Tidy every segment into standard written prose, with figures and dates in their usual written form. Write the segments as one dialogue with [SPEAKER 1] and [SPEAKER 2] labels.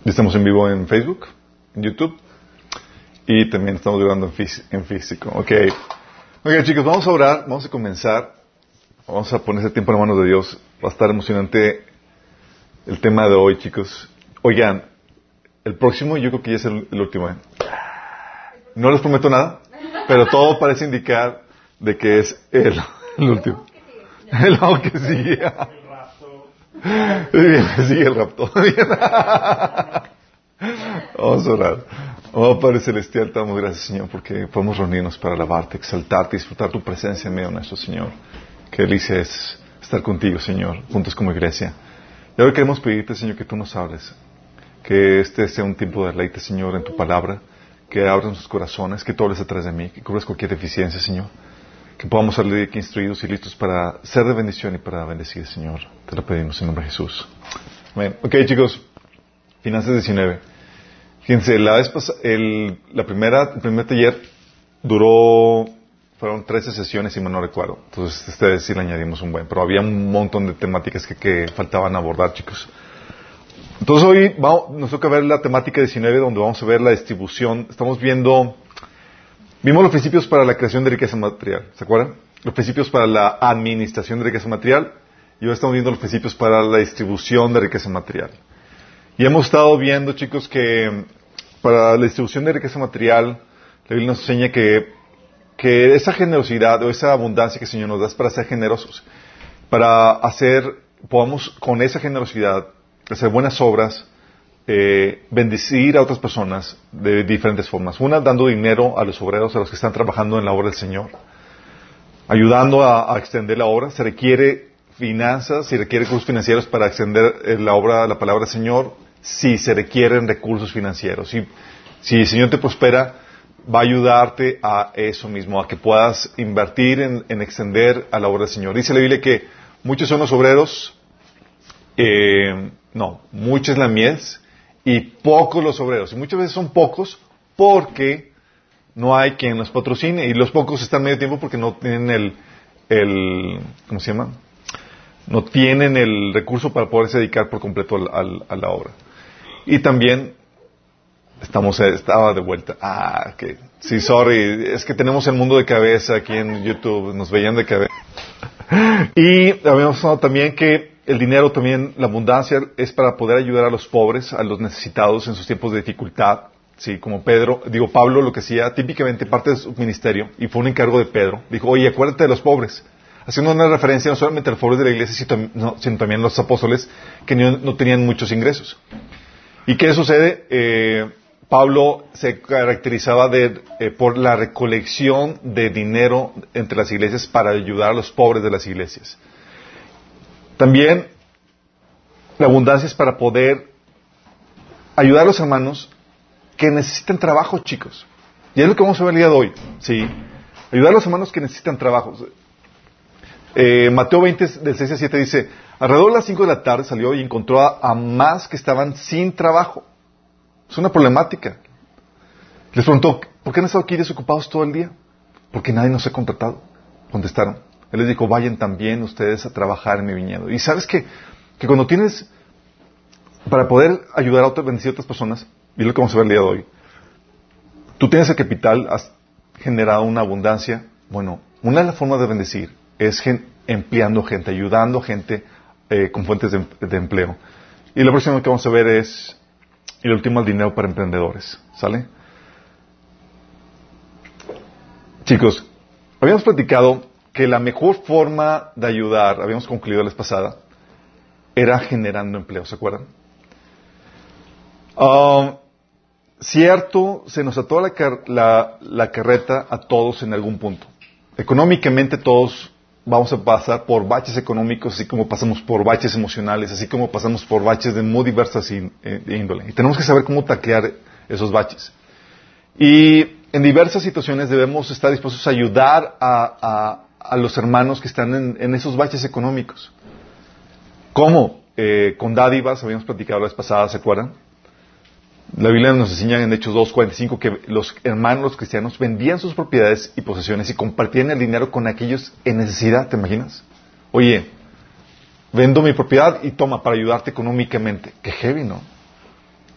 [SPEAKER 1] Estamos en vivo en Facebook, en YouTube, y también estamos grabando en físico. Ok, chicos, vamos a orar, vamos a comenzar. Vamos a poner ese tiempo en las manos de Dios. Va a estar emocionante el tema de hoy, chicos. Oigan, el próximo yo creo que ya es el último. No les prometo nada, pero todo parece indicar de que es el último. El que sigue. Sigue el rapto. Vamos a orar. Oh Padre Celestial, te damos gracias, Señor, porque podemos reunirnos para alabarte, exaltarte, disfrutar tu presencia en medio nuestro, Señor. Qué delicia es estar contigo, Señor, juntos como iglesia. Y ahora queremos pedirte, Señor, que tú nos hables, que este sea un tiempo de deleite, Señor, en tu palabra, que abras nuestros corazones, que tú hables atrás de mí, que cubras cualquier deficiencia, Señor, que podamos salir de aquí instruidos y listos para ser de bendición y para bendecir, Señor. Te lo pedimos en nombre de Jesús. Amén. Ok, chicos, Finanzas 19. Fíjense, la vez pasada, el primer taller fueron 13 sesiones, si mal no recuerdo. Entonces, sí le añadimos un buen, pero había un montón de temáticas que faltaban abordar, chicos. Entonces, hoy nos toca ver la temática 19, donde vamos a ver la distribución. Vimos los principios para la creación de riqueza material, ¿se acuerdan? Los principios para la administración de riqueza material, y ahora estamos viendo los principios para la distribución de riqueza material. Y hemos estado viendo, chicos, que para la distribución de riqueza material, la Biblia nos enseña que esa generosidad o esa abundancia que el Señor nos da es para ser generosos, podamos con esa generosidad hacer buenas obras, bendecir a otras personas de diferentes formas. Una, dando dinero a los obreros, a los que están trabajando en la obra del Señor, ayudando a extender la obra. Se requiere finanzas, se requiere recursos financieros para extender la palabra del Señor. Si se requieren recursos financieros, si el Señor te prospera, va a ayudarte a eso mismo, a que puedas invertir en extender a la obra del Señor. Dice la Biblia que muchos son los obreros, mucha es la mies y pocos los obreros. Y muchas veces son pocos porque no hay quien los patrocine, y los pocos están medio tiempo porque no tienen ¿cómo se llama? No tienen el recurso para poderse dedicar por completo a la obra. Y también estaba de vuelta. Sí, sorry, es que tenemos el mundo de cabeza aquí en YouTube, nos veían de cabeza. Y habíamos hablado también que el dinero también, la abundancia, es para poder ayudar a los pobres, a los necesitados en sus tiempos de dificultad. Sí, como Pablo lo que hacía, típicamente parte de su ministerio, y fue un encargo de Pedro, dijo, oye, acuérdate de los pobres, haciendo una referencia no solamente a los pobres de la iglesia, sino también a los apóstoles que no tenían muchos ingresos. ¿Y qué sucede? Pablo se caracterizaba por la recolección de dinero entre las iglesias para ayudar a los pobres de las iglesias. También la abundancia es para poder ayudar a los hermanos que necesitan trabajo, chicos. Y es lo que vamos a ver el día de hoy. ¿Sí? Ayudar a los hermanos que necesitan trabajo. Mateo 20, del 6 al 7 dice, alrededor de las 5 de la tarde salió y encontró a más que estaban sin trabajo. Es una problemática. Les preguntó, ¿por qué han estado aquí desocupados todo el día? Porque nadie nos ha contratado. Contestaron. Él les dijo, vayan también ustedes a trabajar en mi viñedo. Y sabes que cuando tienes, para poder ayudar a bendecir a otras personas, y es lo que vamos a ver el día de hoy, tú tienes el capital, has generado una abundancia. Bueno, una de las formas de bendecir es empleando gente, ayudando a gente con fuentes de empleo. Y lo próximo que vamos a ver es, y el último, el dinero para emprendedores. ¿Sale? Chicos, habíamos platicado que la mejor forma de ayudar, habíamos concluido la vez pasada, era generando empleo, ¿se acuerdan? Cierto, se nos ató la carreta a todos en algún punto. Económicamente todos vamos a pasar por baches económicos, así como pasamos por baches emocionales, así como pasamos por baches de muy diversas índole. Y tenemos que saber cómo taclear esos baches. Y en diversas situaciones debemos estar dispuestos a ayudar a los hermanos que están en esos baches económicos. ¿Cómo? Con dádivas, habíamos platicado la vez pasada, ¿se acuerdan? La Biblia nos enseña en Hechos 2:45 que los hermanos, los cristianos, vendían sus propiedades y posesiones y compartían el dinero con aquellos en necesidad, ¿te imaginas? Oye, vendo mi propiedad y toma para ayudarte económicamente. Qué heavy, ¿no?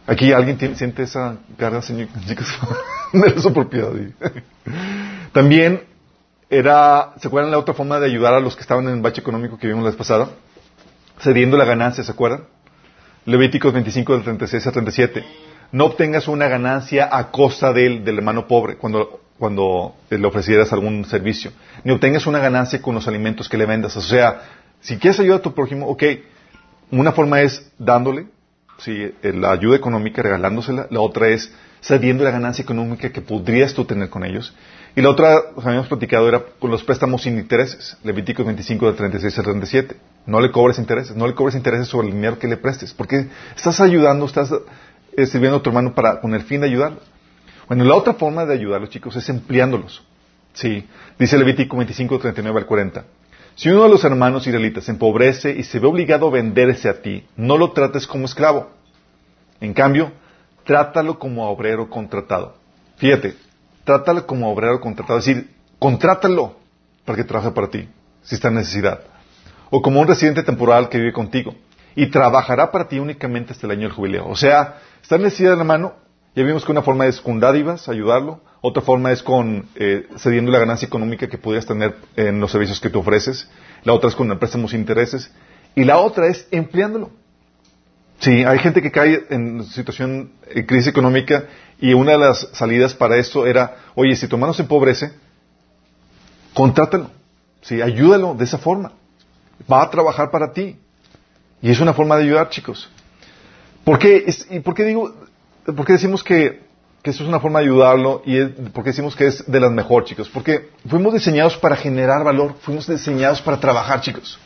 [SPEAKER 1] Aquí alguien siente esa carga, señor, chicos, de su propiedad. También ¿se acuerdan la otra forma de ayudar a los que estaban en el bache económico que vimos la vez pasada? Cediendo la ganancia, ¿se acuerdan? Levíticos 25 del 36 al 37. No obtengas una ganancia a costa del hermano pobre cuando le ofrecieras algún servicio. Ni obtengas una ganancia con los alimentos que le vendas. O sea, si quieres ayudar a tu prójimo, ok, una forma es dándole, sí, la ayuda económica, regalándosela. La otra es cediendo la ganancia económica que podrías tú tener con ellos. Y la otra, habíamos platicado, era con los préstamos sin intereses. Levíticos 25 del 36 al 37. No le cobres intereses. No le cobres intereses sobre el dinero que le prestes. Porque estás ayudando, estás sirviendo a tu hermano con el fin de ayudarlo. Bueno, la otra forma de ayudarlos, chicos, es empleándolos. Sí. Dice Levítico 25, 39 al 40. Si uno de los hermanos israelitas se empobrece y se ve obligado a venderse a ti, no lo trates como esclavo. En cambio, trátalo como obrero contratado. Fíjate, trátalo como obrero contratado. Es decir, contrátalo para que trabaje para ti, si está en necesidad. O como un residente temporal que vive contigo. Y trabajará para ti únicamente hasta el año del jubileo. O sea, está en necesidad del hermano. Ya vimos que una forma es con dádivas, ayudarlo. Otra forma es con cediendo la ganancia económica que pudieras tener en los servicios que tú ofreces. La otra es con préstamos e intereses. Y la otra es empleándolo. Sí, hay gente que cae en situación de crisis económica y una de las salidas para esto era, oye, si tu hermano se empobrece, contrátalo. Sí, ayúdalo de esa forma. Va a trabajar para ti. Y es una forma de ayudar, chicos. ¿Por qué decimos que eso es una forma de ayudarlo? ¿Por qué decimos que es de las mejores, chicos? Porque fuimos diseñados para generar valor. Fuimos diseñados para trabajar, chicos.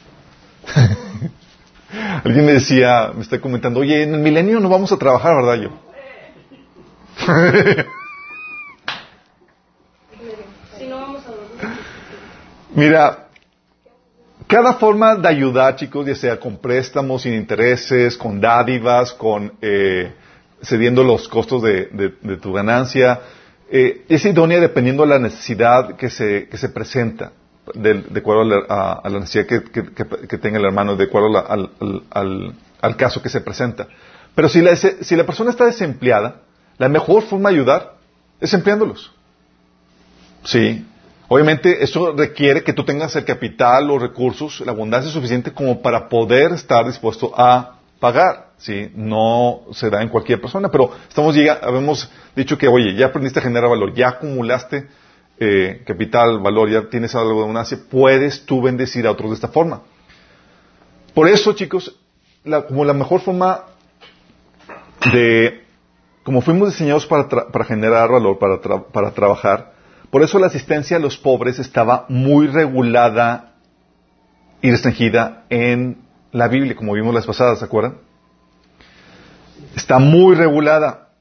[SPEAKER 1] Alguien me está comentando, oye, en el milenio no vamos a trabajar, ¿verdad? Yo. Mira, cada forma de ayudar, chicos, ya sea con préstamos sin intereses, con dádivas, cediendo los costos de tu ganancia, es idónea dependiendo de la necesidad que se presenta, de acuerdo a la necesidad que tenga el hermano, de acuerdo al caso que se presenta. Pero si la persona está desempleada, la mejor forma de ayudar es empleándolos. Sí. Obviamente, eso requiere que tú tengas el capital, los recursos, la abundancia suficiente como para poder estar dispuesto a pagar. ¿Sí? No se da en cualquier persona, pero habemos dicho que, oye, ya aprendiste a generar valor, ya acumulaste capital, valor, ya tienes algo de abundancia, puedes tú bendecir a otros de esta forma. Por eso, chicos, como la mejor forma como fuimos diseñados para generar valor, para trabajar, por eso la asistencia a los pobres estaba muy regulada y restringida en la Biblia, como vimos las pasadas, ¿se acuerdan? Está muy regulada.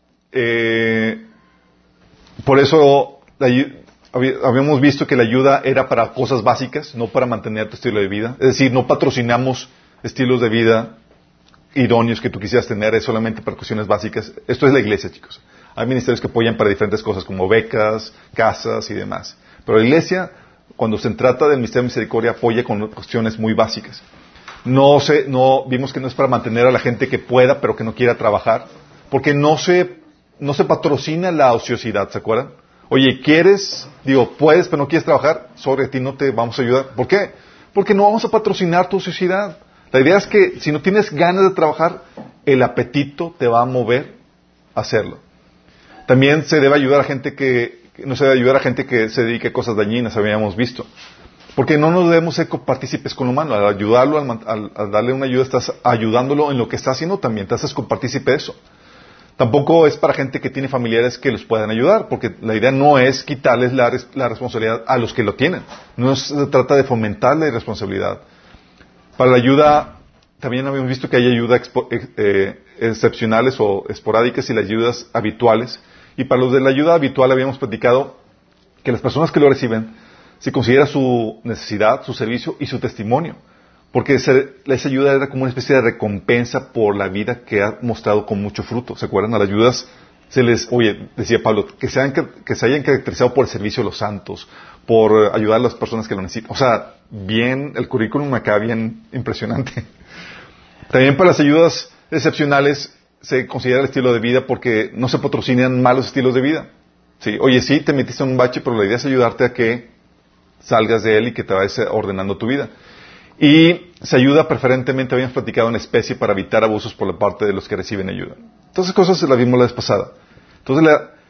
[SPEAKER 1] Por eso habíamos visto que la ayuda era para cosas básicas, no para mantener tu estilo de vida. Es decir, no patrocinamos estilos de vida idóneos que tú quisieras tener, es solamente para cuestiones básicas. Esto es la iglesia, chicos. Hay ministerios que apoyan para diferentes cosas, como becas, casas y demás. Pero la iglesia, cuando se trata del ministerio de misericordia, apoya con cuestiones muy básicas. Vimos que no es para mantener a la gente que pueda, pero que no quiera trabajar, porque no se patrocina la ociosidad, ¿se acuerdan? Oye, puedes, pero no quieres trabajar, sobre ti no te vamos a ayudar. ¿Por qué? Porque no vamos a patrocinar tu ociosidad. La idea es que si no tienes ganas de trabajar, el apetito te va a mover a hacerlo. También se debe ayudar a gente no se debe ayudar a gente que se dedique a cosas dañinas, habíamos visto. Porque no nos debemos ser copartícipes con lo humano. Al ayudarlo, al darle una ayuda, estás ayudándolo en lo que está haciendo también. Te haces copartícipe de eso. Tampoco es para gente que tiene familiares que los puedan ayudar, porque la idea no es quitarles la responsabilidad a los que lo tienen. No se trata de fomentar la irresponsabilidad. Para la ayuda, también habíamos visto que hay ayudas excepcionales o esporádicas y las ayudas habituales. Y para los de la ayuda habitual habíamos platicado que las personas que lo reciben se considera su necesidad, su servicio y su testimonio. Porque esa ayuda era como una especie de recompensa por la vida que ha mostrado con mucho fruto. ¿Se acuerdan? A las ayudas decía Pablo, que se hayan caracterizado por el servicio a los santos, por ayudar a las personas que lo necesitan. O sea, el currículum acá bien impresionante. También para las ayudas excepcionales, se considera el estilo de vida porque no se patrocinan malos estilos de vida. Sí, oye, sí, te metiste en un bache, pero la idea es ayudarte a que salgas de él y que te vayas ordenando tu vida. Y se ayuda preferentemente, habíamos platicado, en especie para evitar abusos por la parte de los que reciben ayuda. Entonces, cosas las vimos la vez pasada. Entonces,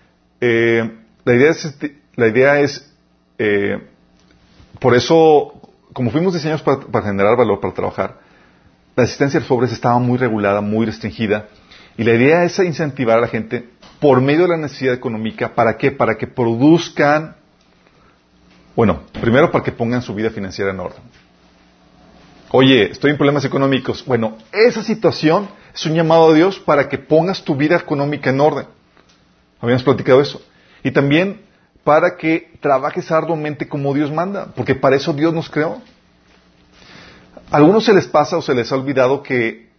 [SPEAKER 1] la idea es por eso, como fuimos diseñados para generar valor, para trabajar, la asistencia a los pobres estaba muy regulada, muy restringida, y la idea es incentivar a la gente por medio de la necesidad económica. ¿Para qué? Para que produzcan, bueno, primero para que pongan su vida financiera en orden. Oye, estoy en problemas económicos. Bueno, esa situación es un llamado a Dios para que pongas tu vida económica en orden. Habíamos platicado eso. Y también para que trabajes arduamente como Dios manda, porque para eso Dios nos creó. A algunos se les pasa o se les ha olvidado que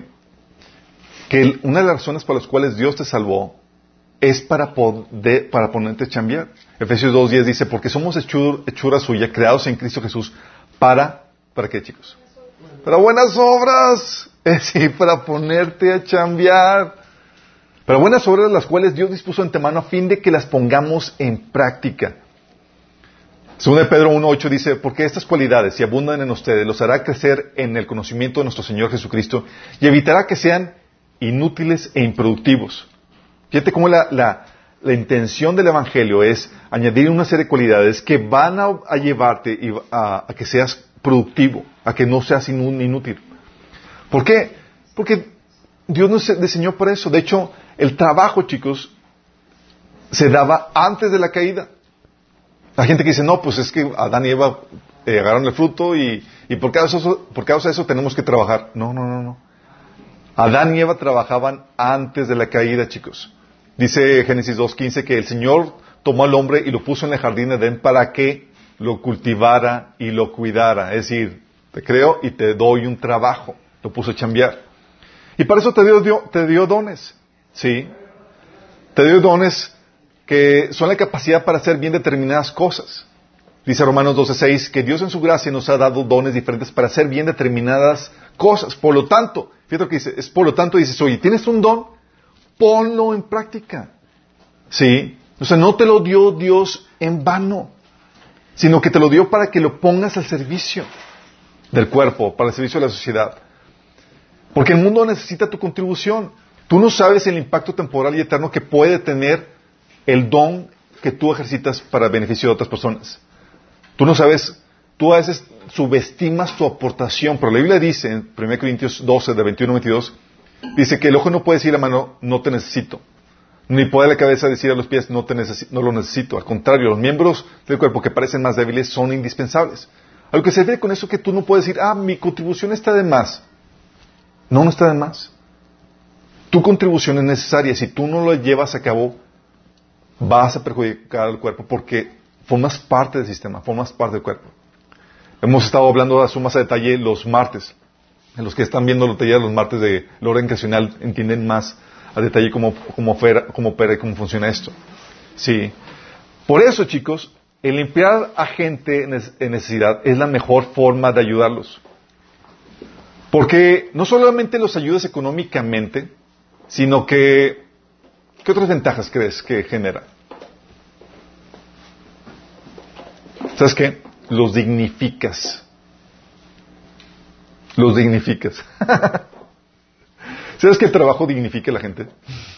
[SPEAKER 1] una de las razones por las cuales Dios te salvó es para ponerte a chambear. Efesios 2:10 dice, porque somos hechura suya, creados en Cristo Jesús, ¿para qué, chicos? Para buenas obras. Es decir, para ponerte a chambear. Para buenas obras, las cuales Dios dispuso de antemano a fin de que las pongamos en práctica. Según de Pedro 1:8 dice, porque estas cualidades, si abundan en ustedes, los hará crecer en el conocimiento de nuestro Señor Jesucristo y evitará que sean inútiles e improductivos. Fíjate cómo la intención del Evangelio es añadir una serie de cualidades que van a llevarte a que seas productivo, a que no seas inútil. ¿Por qué? Porque Dios nos diseñó para eso. De hecho, el trabajo, chicos, se daba antes de la caída. La gente que dice, no, pues es que Adán y Eva agarraron el fruto y por causa de eso tenemos que trabajar. No. Adán y Eva trabajaban antes de la caída, chicos. Dice Génesis 2:15 que el Señor tomó al hombre y lo puso en el jardín de Edén para que lo cultivara y lo cuidara. Es decir, te creo y te doy un trabajo. Lo puso a chambear. Y para eso te dio dones. ¿Sí? Te dio dones que son la capacidad para hacer bien determinadas cosas. Dice Romanos 12:6 que Dios en su gracia nos ha dado dones diferentes para hacer bien determinadas cosas. Por lo tanto, fíjate lo que dice, por lo tanto dices, oye, ¿tienes un don? Ponlo en práctica. ¿Sí? O sea, no te lo dio Dios en vano, sino que te lo dio para que lo pongas al servicio del cuerpo, para el servicio de la sociedad. Porque el mundo necesita tu contribución. Tú no sabes el impacto temporal y eterno que puede tener el don que tú ejercitas para beneficio de otras personas. Tú no sabes, tú a veces subestimas tu aportación, pero la Biblia dice en 1 Corintios 12, de 21 a 22, dice que el ojo no puede decir a la mano, no te necesito. Ni puede la cabeza decir a los pies, no lo necesito. Al contrario, los miembros del cuerpo que parecen más débiles son indispensables. A lo que se ve con eso que tú no puedes decir, mi contribución está de más. No está de más. Tu contribución es necesaria. Si tú no lo llevas a cabo, vas a perjudicar al cuerpo porque formas parte del sistema, formas parte del cuerpo. Hemos estado hablando de eso más a detalle los martes. Los que están viendo los talleres los martes de la hora encarnacional entienden más a detalle cómo opera y cómo funciona esto. Sí. Por eso, chicos, el emplear a gente en necesidad es la mejor forma de ayudarlos. Porque no solamente los ayudas económicamente, sino que, ¿qué otras ventajas crees que genera? ¿Sabes qué? Los dignificas. Los dignificas. ¿Sabes que el trabajo dignifica a la gente?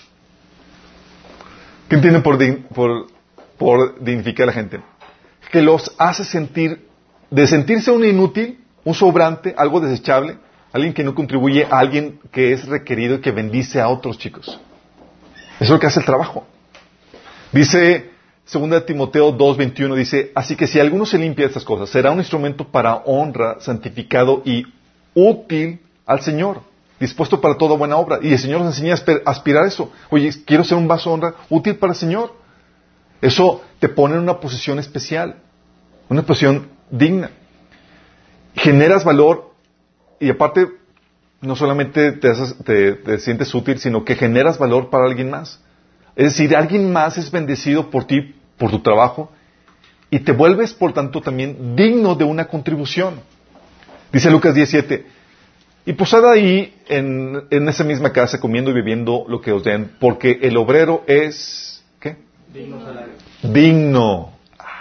[SPEAKER 1] ¿Qué entienden por dignificar a la gente? Que los hace sentirse un inútil, un sobrante, algo desechable, alguien que no contribuye, a alguien que es requerido y que bendice a otros, chicos. Eso es lo que hace el trabajo. Dice 2 Timoteo 2:21, dice, así que si alguno se limpia de estas cosas, será un instrumento para honra, santificado y útil al Señor, dispuesto para toda buena obra. Y el Señor nos enseña a aspirar a eso. Oye, quiero ser un vaso de honra útil para el Señor. Eso te pone en una posición especial, una posición digna. Generas valor y aparte no solamente te sientes útil, sino que generas valor para alguien más. Es decir, alguien más es bendecido por ti, por tu trabajo, y te vuelves, por tanto, también digno de una contribución. Dice Lucas 17, Y posad ahí en esa misma casa, comiendo y bebiendo lo que os den, porque el obrero es, ¿qué?
[SPEAKER 2] Digno salario.
[SPEAKER 1] Digno.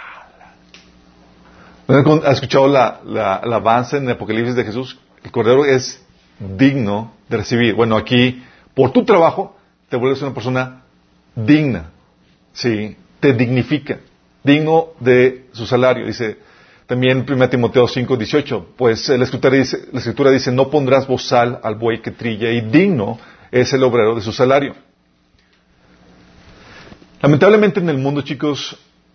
[SPEAKER 1] ¿Has escuchado la alabanza en el Apocalipsis de Jesús? El Cordero es digno de recibir. Bueno, aquí, por tu trabajo, te vuelves una persona digna. Sí, te dignifica. Digno de su salario. Dice también 1 Timoteo 5:18. Pues la Escritura dice, no pondrás bozal al buey que trilla, y digno es el obrero de su salario. Lamentablemente en el mundo, chicos,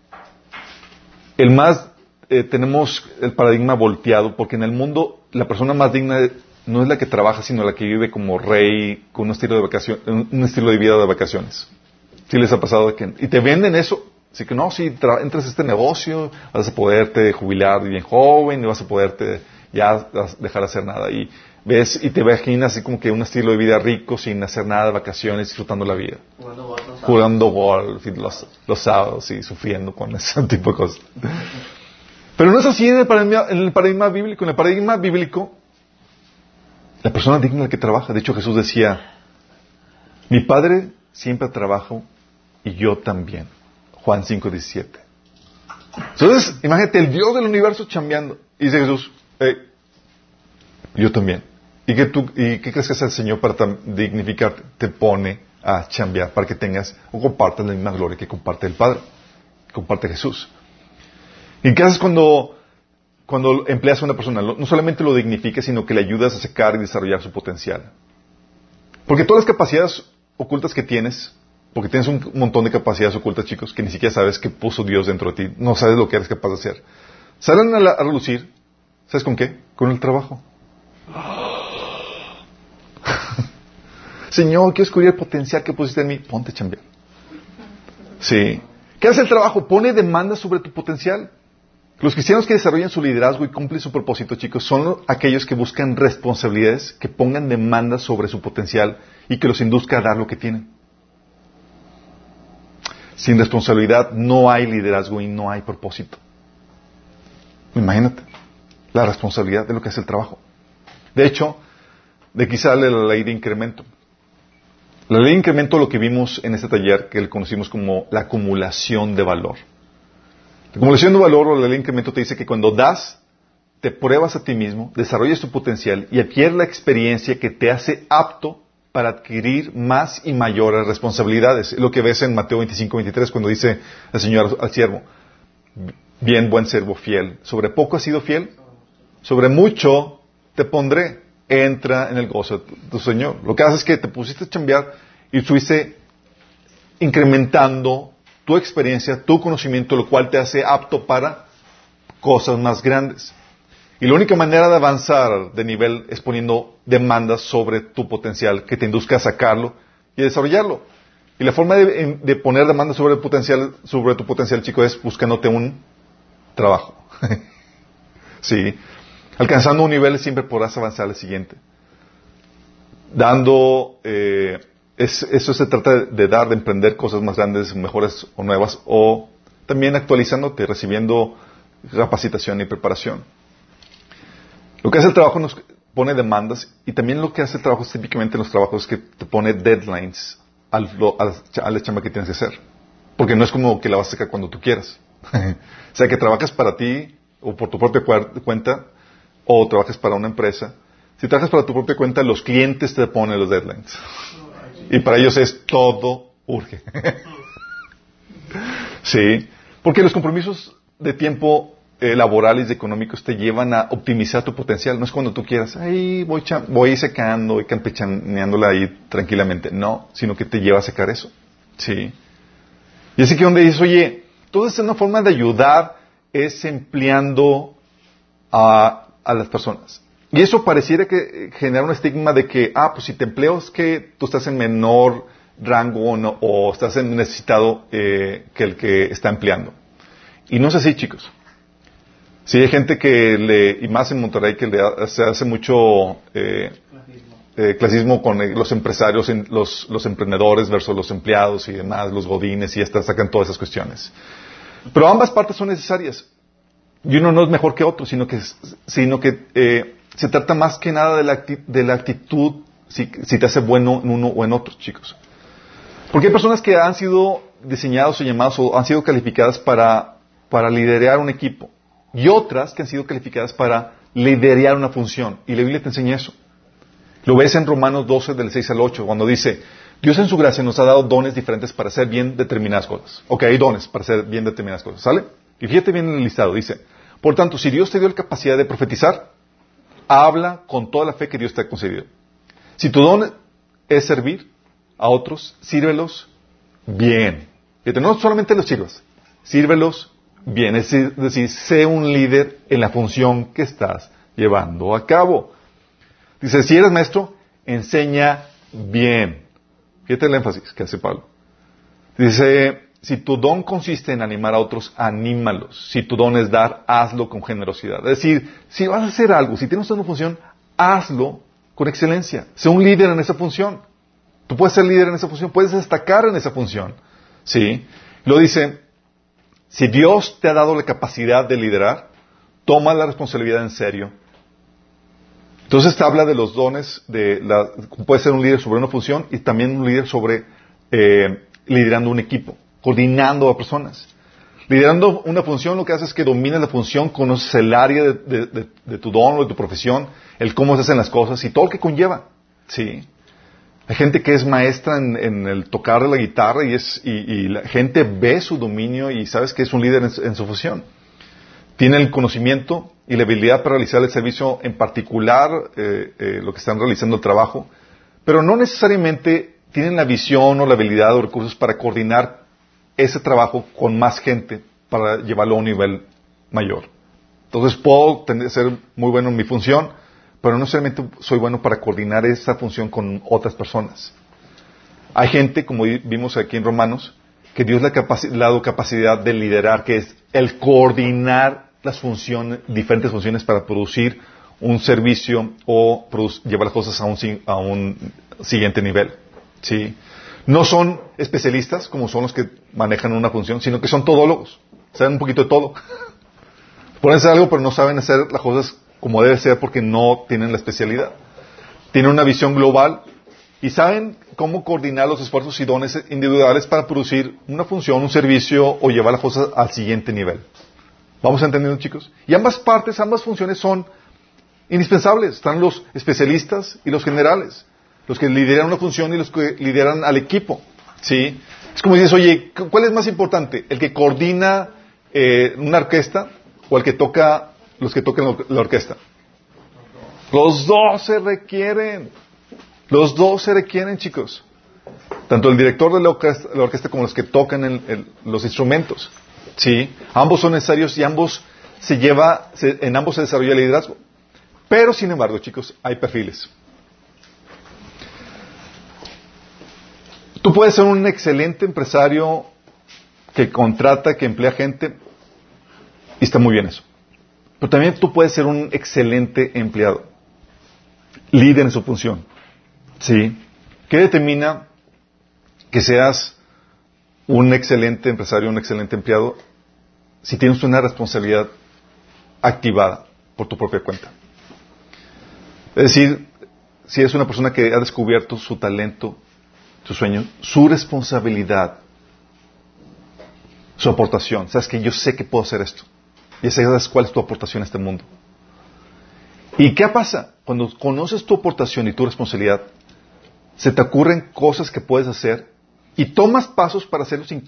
[SPEAKER 1] tenemos el paradigma volteado, porque en el mundo la persona más digna no es la que trabaja, sino la que vive como rey, con un estilo de vida de vacaciones. ¿Sí les ha pasado? Y te venden eso, así que no, si entras a este negocio, vas a poderte jubilar bien joven, y vas a poderte ya dejar de hacer nada. Y ves y te imaginas así como que un estilo de vida rico, sin hacer nada, de vacaciones, disfrutando la vida. Jugando golf los sábados y sufriendo con ese tipo de cosas. Pero no es así en el paradigma bíblico. En el paradigma bíblico, la persona digna es la que trabaja. De hecho, Jesús decía, mi Padre siempre trabaja y yo también. Juan 5:17. Entonces, imagínate, el Dios del universo chambeando. Y dice Jesús, yo también. ¿Y qué crees que hace el Señor para dignificarte? Te pone a chambear para que tengas o compartas la misma gloria que comparte el Padre, que comparte Jesús. ¿Y qué haces cuando empleas a una persona? No solamente lo dignificas, sino que le ayudas a sacar y desarrollar su potencial. Porque todas las capacidades ocultas que tienes, porque tienes un montón de capacidades ocultas, chicos, que ni siquiera sabes que puso Dios dentro de ti, no sabes lo que eres capaz de hacer, salen a relucir, ¿sabes con qué? Con el trabajo. Señor, quiero descubrir el potencial que pusiste en mí. Ponte a chambear. Sí. ¿Qué hace el trabajo? Pone demandas sobre tu potencial. Los cristianos que desarrollan su liderazgo y cumplen su propósito, chicos, son aquellos que buscan responsabilidades, que pongan demandas sobre su potencial y que los induzca a dar lo que tienen. Sin responsabilidad no hay liderazgo y no hay propósito. Imagínate la responsabilidad de lo que hace el trabajo. De hecho, de aquí sale la ley de incremento. La ley de incremento, lo que vimos en este taller, que le conocimos como la acumulación de valor. La acumulación de valor o la ley de incremento te dice que cuando das, te pruebas a ti mismo, desarrollas tu potencial y adquieres la experiencia que te hace apto para adquirir más y mayores responsabilidades. Es lo que ves en Mateo 25:23 cuando dice el Señor al siervo, bien, buen siervo fiel, ¿sobre poco has sido fiel? Sobre mucho te pondré. Entra en el gozo de tu Señor. Lo que hace es que te pusiste a chambear y estuviste incrementando tu experiencia, tu conocimiento, lo cual te hace apto para cosas más grandes. Y la única manera de avanzar de nivel es poniendo demandas sobre tu potencial que te induzca a sacarlo y a desarrollarlo. Y la forma de poner demandas sobre tu potencial, chico, es buscándote un trabajo. Sí. Alcanzando un nivel siempre podrás avanzar al siguiente. Eso se trata de dar, de emprender cosas más grandes, mejores o nuevas, o también actualizándote, recibiendo capacitación y preparación. Lo que hace el trabajo nos pone demandas, y también lo que hace el trabajo típicamente en los trabajos es que te pone deadlines a la chamba que tienes que hacer. Porque no es como que la vas a sacar cuando tú quieras. O sea, que trabajas para ti o por tu propia cuenta, o trabajas para una empresa. Si trabajas para tu propia cuenta, los clientes te ponen los deadlines. Y para ellos es todo urge. Sí. Porque los compromisos de tiempo laborales y económicos te llevan a optimizar tu potencial. No es cuando tú quieras, ay, voy secando y campechaneándola ahí tranquilamente. No, sino que te lleva a sacar eso. Sí. Y así que donde dices, oye, toda esta una forma de ayudar es empleando a las personas. Y eso pareciera que genera un estigma de que, pues si te empleo es que tú estás en menor rango o estás necesitado que el que está empleando. Y no es así, chicos. Sí, hay gente y más en Monterrey, que se hace mucho clasismo con los empresarios, los emprendedores versus los empleados y demás, los godines, y hasta sacan todas esas cuestiones. Pero ambas partes son necesarias. Y uno no es mejor que otro, sino que se trata más que nada de la actitud, si te hace bueno en uno o en otro, chicos. Porque hay personas que han sido diseñadas o llamadas o han sido calificadas para liderar un equipo. Y otras que han sido calificadas para liderar una función. Y la Biblia te enseña eso. Lo ves en Romanos 12, del 6 al 8, cuando dice, Dios en su gracia nos ha dado dones diferentes para hacer bien determinadas cosas. Ok, hay dones para hacer bien determinadas cosas, ¿sale? Y fíjate bien en el listado, dice, por tanto, si Dios te dio la capacidad de profetizar, habla con toda la fe que Dios te ha concedido. Si tu don es servir a otros, sírvelos bien. Fíjate, no solamente los sirvas, sírvelos bien. Es decir, sé un líder en la función que estás llevando a cabo. Dice, si eres maestro, enseña bien. Fíjate el énfasis que hace Pablo. Dice, si tu don consiste en animar a otros, anímalos. Si tu don es dar, hazlo con generosidad. Es decir, si vas a hacer algo, si tienes una función, hazlo con excelencia. Sé un líder en esa función. Tú puedes ser líder en esa función, puedes destacar en esa función. ¿Sí? Lo dice, si Dios te ha dado la capacidad de liderar, toma la responsabilidad en serio. Entonces te habla de los dones, puede ser un líder sobre una función y también un líder sobre liderando un equipo, coordinando a personas. Liderando una función lo que hace es que dominas la función, conoces el área de tu don o de tu profesión, el cómo se hacen las cosas y todo lo que conlleva. ¿Sí? Hay gente que es maestra en el tocar la guitarra y la gente ve su dominio y sabes que es un líder en su función. Tiene el conocimiento y la habilidad para realizar el servicio, en particular lo que están realizando el trabajo, pero no necesariamente tienen la visión o la habilidad o recursos para coordinar ese trabajo con más gente para llevarlo a un nivel mayor. Entonces puedo ser muy bueno en mi función, pero no necesariamente soy bueno para coordinar esa función con otras personas. Hay gente, como vimos aquí en Romanos, que Dios le ha dado capacidad de liderar, que es el coordinar las funciones, diferentes funciones para producir un servicio o llevar las cosas a un siguiente nivel. ¿Sí? No son especialistas, como son los que manejan una función, sino que son todólogos. Saben un poquito de todo. Pueden hacer algo, pero no saben hacer las cosas como debe ser porque no tienen la especialidad. Tienen una visión global y saben cómo coordinar los esfuerzos y dones individuales para producir una función, un servicio o llevar las cosas al siguiente nivel. ¿Vamos entendiendo, chicos? Y ambas funciones son indispensables. Están los especialistas y los generales. Los que lideran una función y los que lideran al equipo. ¿Sí? Es como dices, oye, ¿cuál es más importante? ¿El que coordina una orquesta o el que toca los que tocan la orquesta? Los dos se requieren. Los dos se requieren, chicos. Tanto el director de la orquesta como los que tocan los instrumentos. ¿Sí? Ambos son necesarios y en ambos se desarrolla el liderazgo. Pero, sin embargo, chicos, hay perfiles. Tú puedes ser un excelente empresario que contrata, que emplea gente, y está muy bien eso. Pero también tú puedes ser un excelente empleado, líder en su función. ¿Sí? ¿Qué determina que seas un excelente empresario, un excelente empleado? Si tienes una responsabilidad activada por tu propia cuenta. Es decir, si eres una persona que ha descubierto su talento, su sueño, su responsabilidad, su aportación. Sabes que yo sé que puedo hacer esto. Y sabes cuál es tu aportación a este mundo. ¿Y qué pasa? Cuando conoces tu aportación y tu responsabilidad, se te ocurren cosas que puedes hacer y tomas pasos para hacerlo sin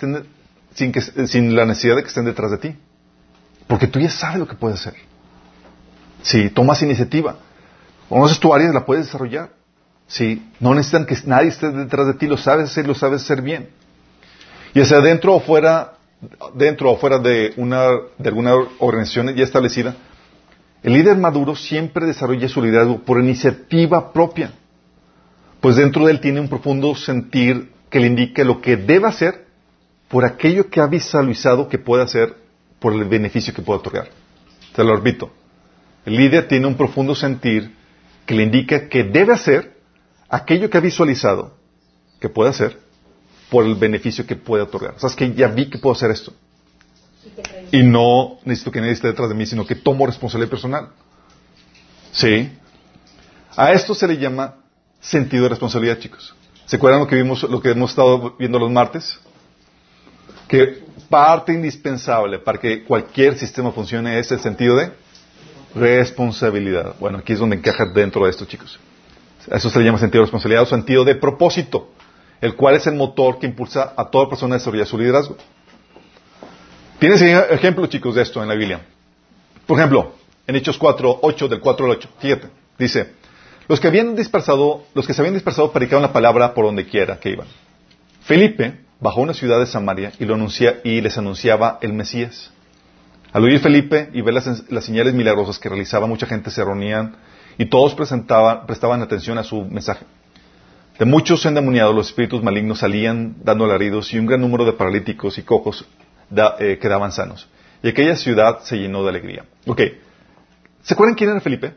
[SPEAKER 1] la necesidad de que estén detrás de ti. Porque tú ya sabes lo que puedes hacer. Si tomas iniciativa, conoces tu área y la puedes desarrollar. Sí, no necesitan que nadie esté detrás de ti, lo sabes hacer bien. Y sea dentro o fuera de alguna organización ya establecida, el líder maduro siempre desarrolla su liderazgo por iniciativa propia. Pues dentro de él tiene un profundo sentir que le indica lo que debe hacer por aquello que ha visualizado que puede hacer por el beneficio que puede otorgar. Te lo repito. El líder tiene un profundo sentir que le indica que debe hacer aquello que ha visualizado que puede hacer por el beneficio que puede otorgar. O sea, es que ya vi que puedo hacer esto. Y no necesito que nadie esté detrás de mí, sino que tomo responsabilidad personal. Sí. A esto se le llama sentido de responsabilidad, chicos. ¿Se acuerdan lo que hemos estado viendo los martes? Que parte indispensable para que cualquier sistema funcione es el sentido de responsabilidad. Bueno, aquí es donde encaja dentro de esto, chicos. A eso se le llama sentido de responsabilidad o sentido de propósito, el cual es el motor que impulsa a toda persona a desarrollar su liderazgo. Tienes ejemplos, chicos, de esto en la Biblia. Por ejemplo, en Hechos 4:8, del 4 al 8, fíjate, dice, los que se habían dispersado predicaban la palabra por donde quiera que iban. Felipe bajó a una ciudad de Samaria y les anunciaba el Mesías. Al oír Felipe y ver las señales milagrosas que realizaba, mucha gente se reunían y todos prestaban atención a su mensaje. De muchos endemoniados, los espíritus malignos salían dando alaridos y un gran número de paralíticos y cojos quedaban sanos. Y aquella ciudad se llenó de alegría. Ok. ¿Se acuerdan quién era Felipe?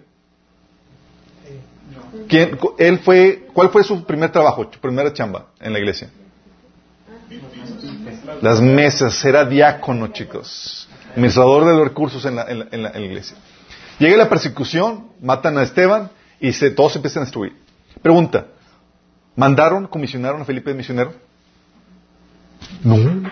[SPEAKER 1] ¿Cuál fue su primer trabajo, su primera chamba en la iglesia? Las mesas. Era diácono, chicos. Administrador de los recursos en la iglesia. Llega la persecución, matan a Esteban y todos se empiezan a destruir. Pregunta, comisionaron a Felipe de misionero? No.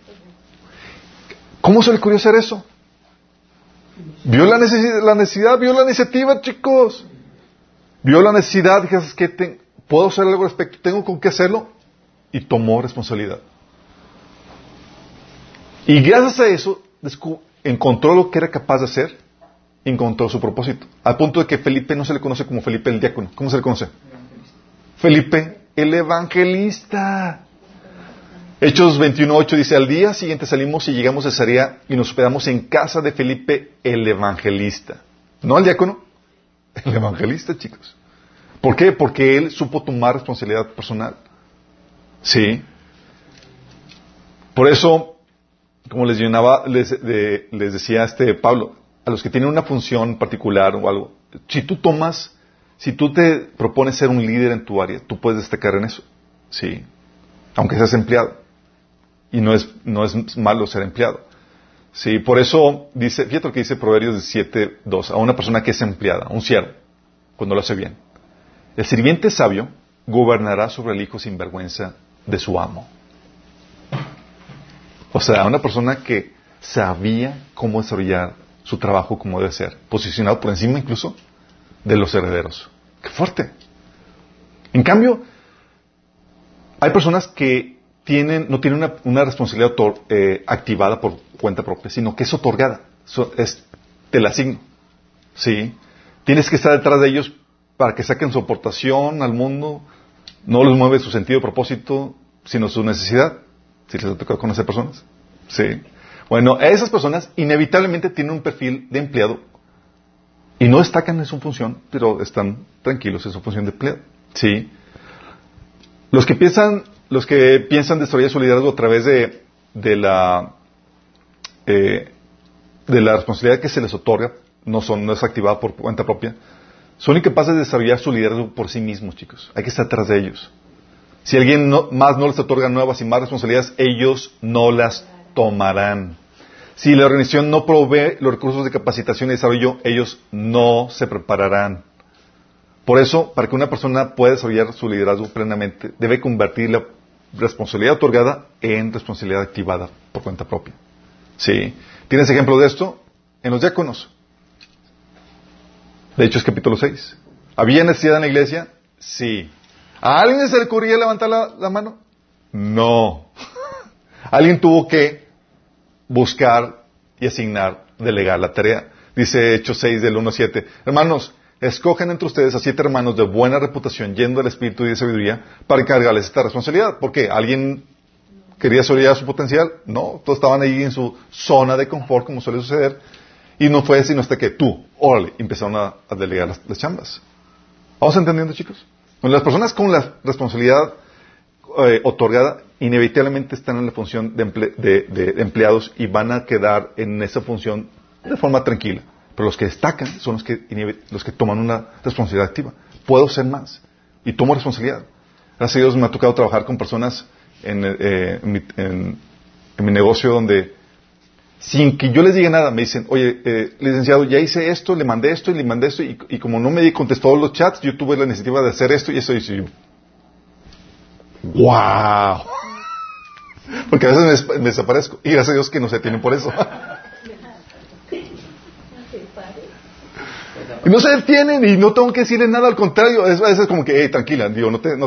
[SPEAKER 1] ¿Cómo se le ocurrió hacer eso? Vio la necesidad, vio la iniciativa, chicos. Vio la necesidad, dije, es que puedo hacer algo al respecto, tengo con qué hacerlo, y tomó responsabilidad. Y gracias a eso, encontró lo que era capaz de hacer, encontró su propósito. Al punto de que Felipe no se le conoce como Felipe el diácono. ¿Cómo se le conoce? Felipe el evangelista. Hechos 21:8 dice, al día siguiente salimos y llegamos a Cesarea y nos hospedamos en casa de Felipe el evangelista. ¿No el diácono? El evangelista, chicos. ¿Por qué? Porque él supo tomar responsabilidad personal. Sí. Por eso, como les decía Pablo, a los que tienen una función particular o algo, si tú te propones ser un líder en tu área, tú puedes destacar en eso. Sí. Aunque seas empleado. Y no es malo ser empleado. Sí, por eso fíjate lo que dice Proverbios 17:2, a una persona que es empleada, un siervo, cuando lo hace bien. El sirviente sabio gobernará sobre el hijo sin vergüenza de su amo. O sea, una persona que sabía cómo desarrollar su trabajo como debe ser, posicionado por encima incluso de los herederos. ¡Qué fuerte! En cambio, hay personas que no tienen una responsabilidad activada por cuenta propia, sino que es otorgada. Te la asigno. ¿Sí? Tienes que estar detrás de ellos para que saquen su aportación al mundo. No les mueve su sentido de propósito, sino su necesidad. ¿Sí les ha tocado conocer personas? Sí. Bueno, esas personas inevitablemente tienen un perfil de empleado y no destacan en su función, pero están tranquilos en su función de empleado. Sí. Los que piensan desarrollar su liderazgo a través de la responsabilidad que se les otorga, no es activada por cuenta propia, son incapaces de desarrollar su liderazgo por sí mismos, chicos. Hay que estar atrás de ellos. Si alguien más no les otorga nuevas y más responsabilidades, ellos no las tomarán. Si la organización no provee los recursos de capacitación y desarrollo, ellos no se prepararán. Por eso, para que una persona pueda desarrollar su liderazgo plenamente, debe convertir la responsabilidad otorgada en responsabilidad activada por cuenta propia. ¿Sí? ¿Tienes ejemplo de esto? En los diáconos. De hecho, es capítulo 6. ¿Había necesidad en la iglesia? Sí. ¿A alguien se le ocurría levantar la mano? No. Alguien tuvo que buscar y delegar la tarea. Dice Hechos 6 del 1 al 7. Hermanos, escogen entre ustedes a 7 hermanos de buena reputación, llenos del espíritu y de sabiduría, para encargarles esta responsabilidad. ¿Por qué? ¿Alguien quería desarrollar su potencial? No, todos estaban ahí en su zona de confort, como suele suceder. Y no fue sino hasta que empezaron a delegar las chambas. ¿Vamos entendiendo, chicos? Bueno, las personas con la responsabilidad otorgada inevitablemente están en la función de empleados y van a quedar en esa función de forma tranquila. Pero los que destacan son los que toman una responsabilidad activa. Puedo ser más. Y tomo responsabilidad. Gracias a Dios me ha tocado trabajar con personas en mi negocio donde sin que yo les diga nada, me dicen, oye, licenciado, ya hice esto, le mandé esto y le mandé esto, y como no me contestó los chats, yo tuve la iniciativa de hacer esto y eso, y yo, ¡wow! Porque a veces me desaparezco, y gracias a Dios que no se detienen por eso. Y no se detienen y no tengo que decirle nada, al contrario, es a veces como que, tranquila, digo, no te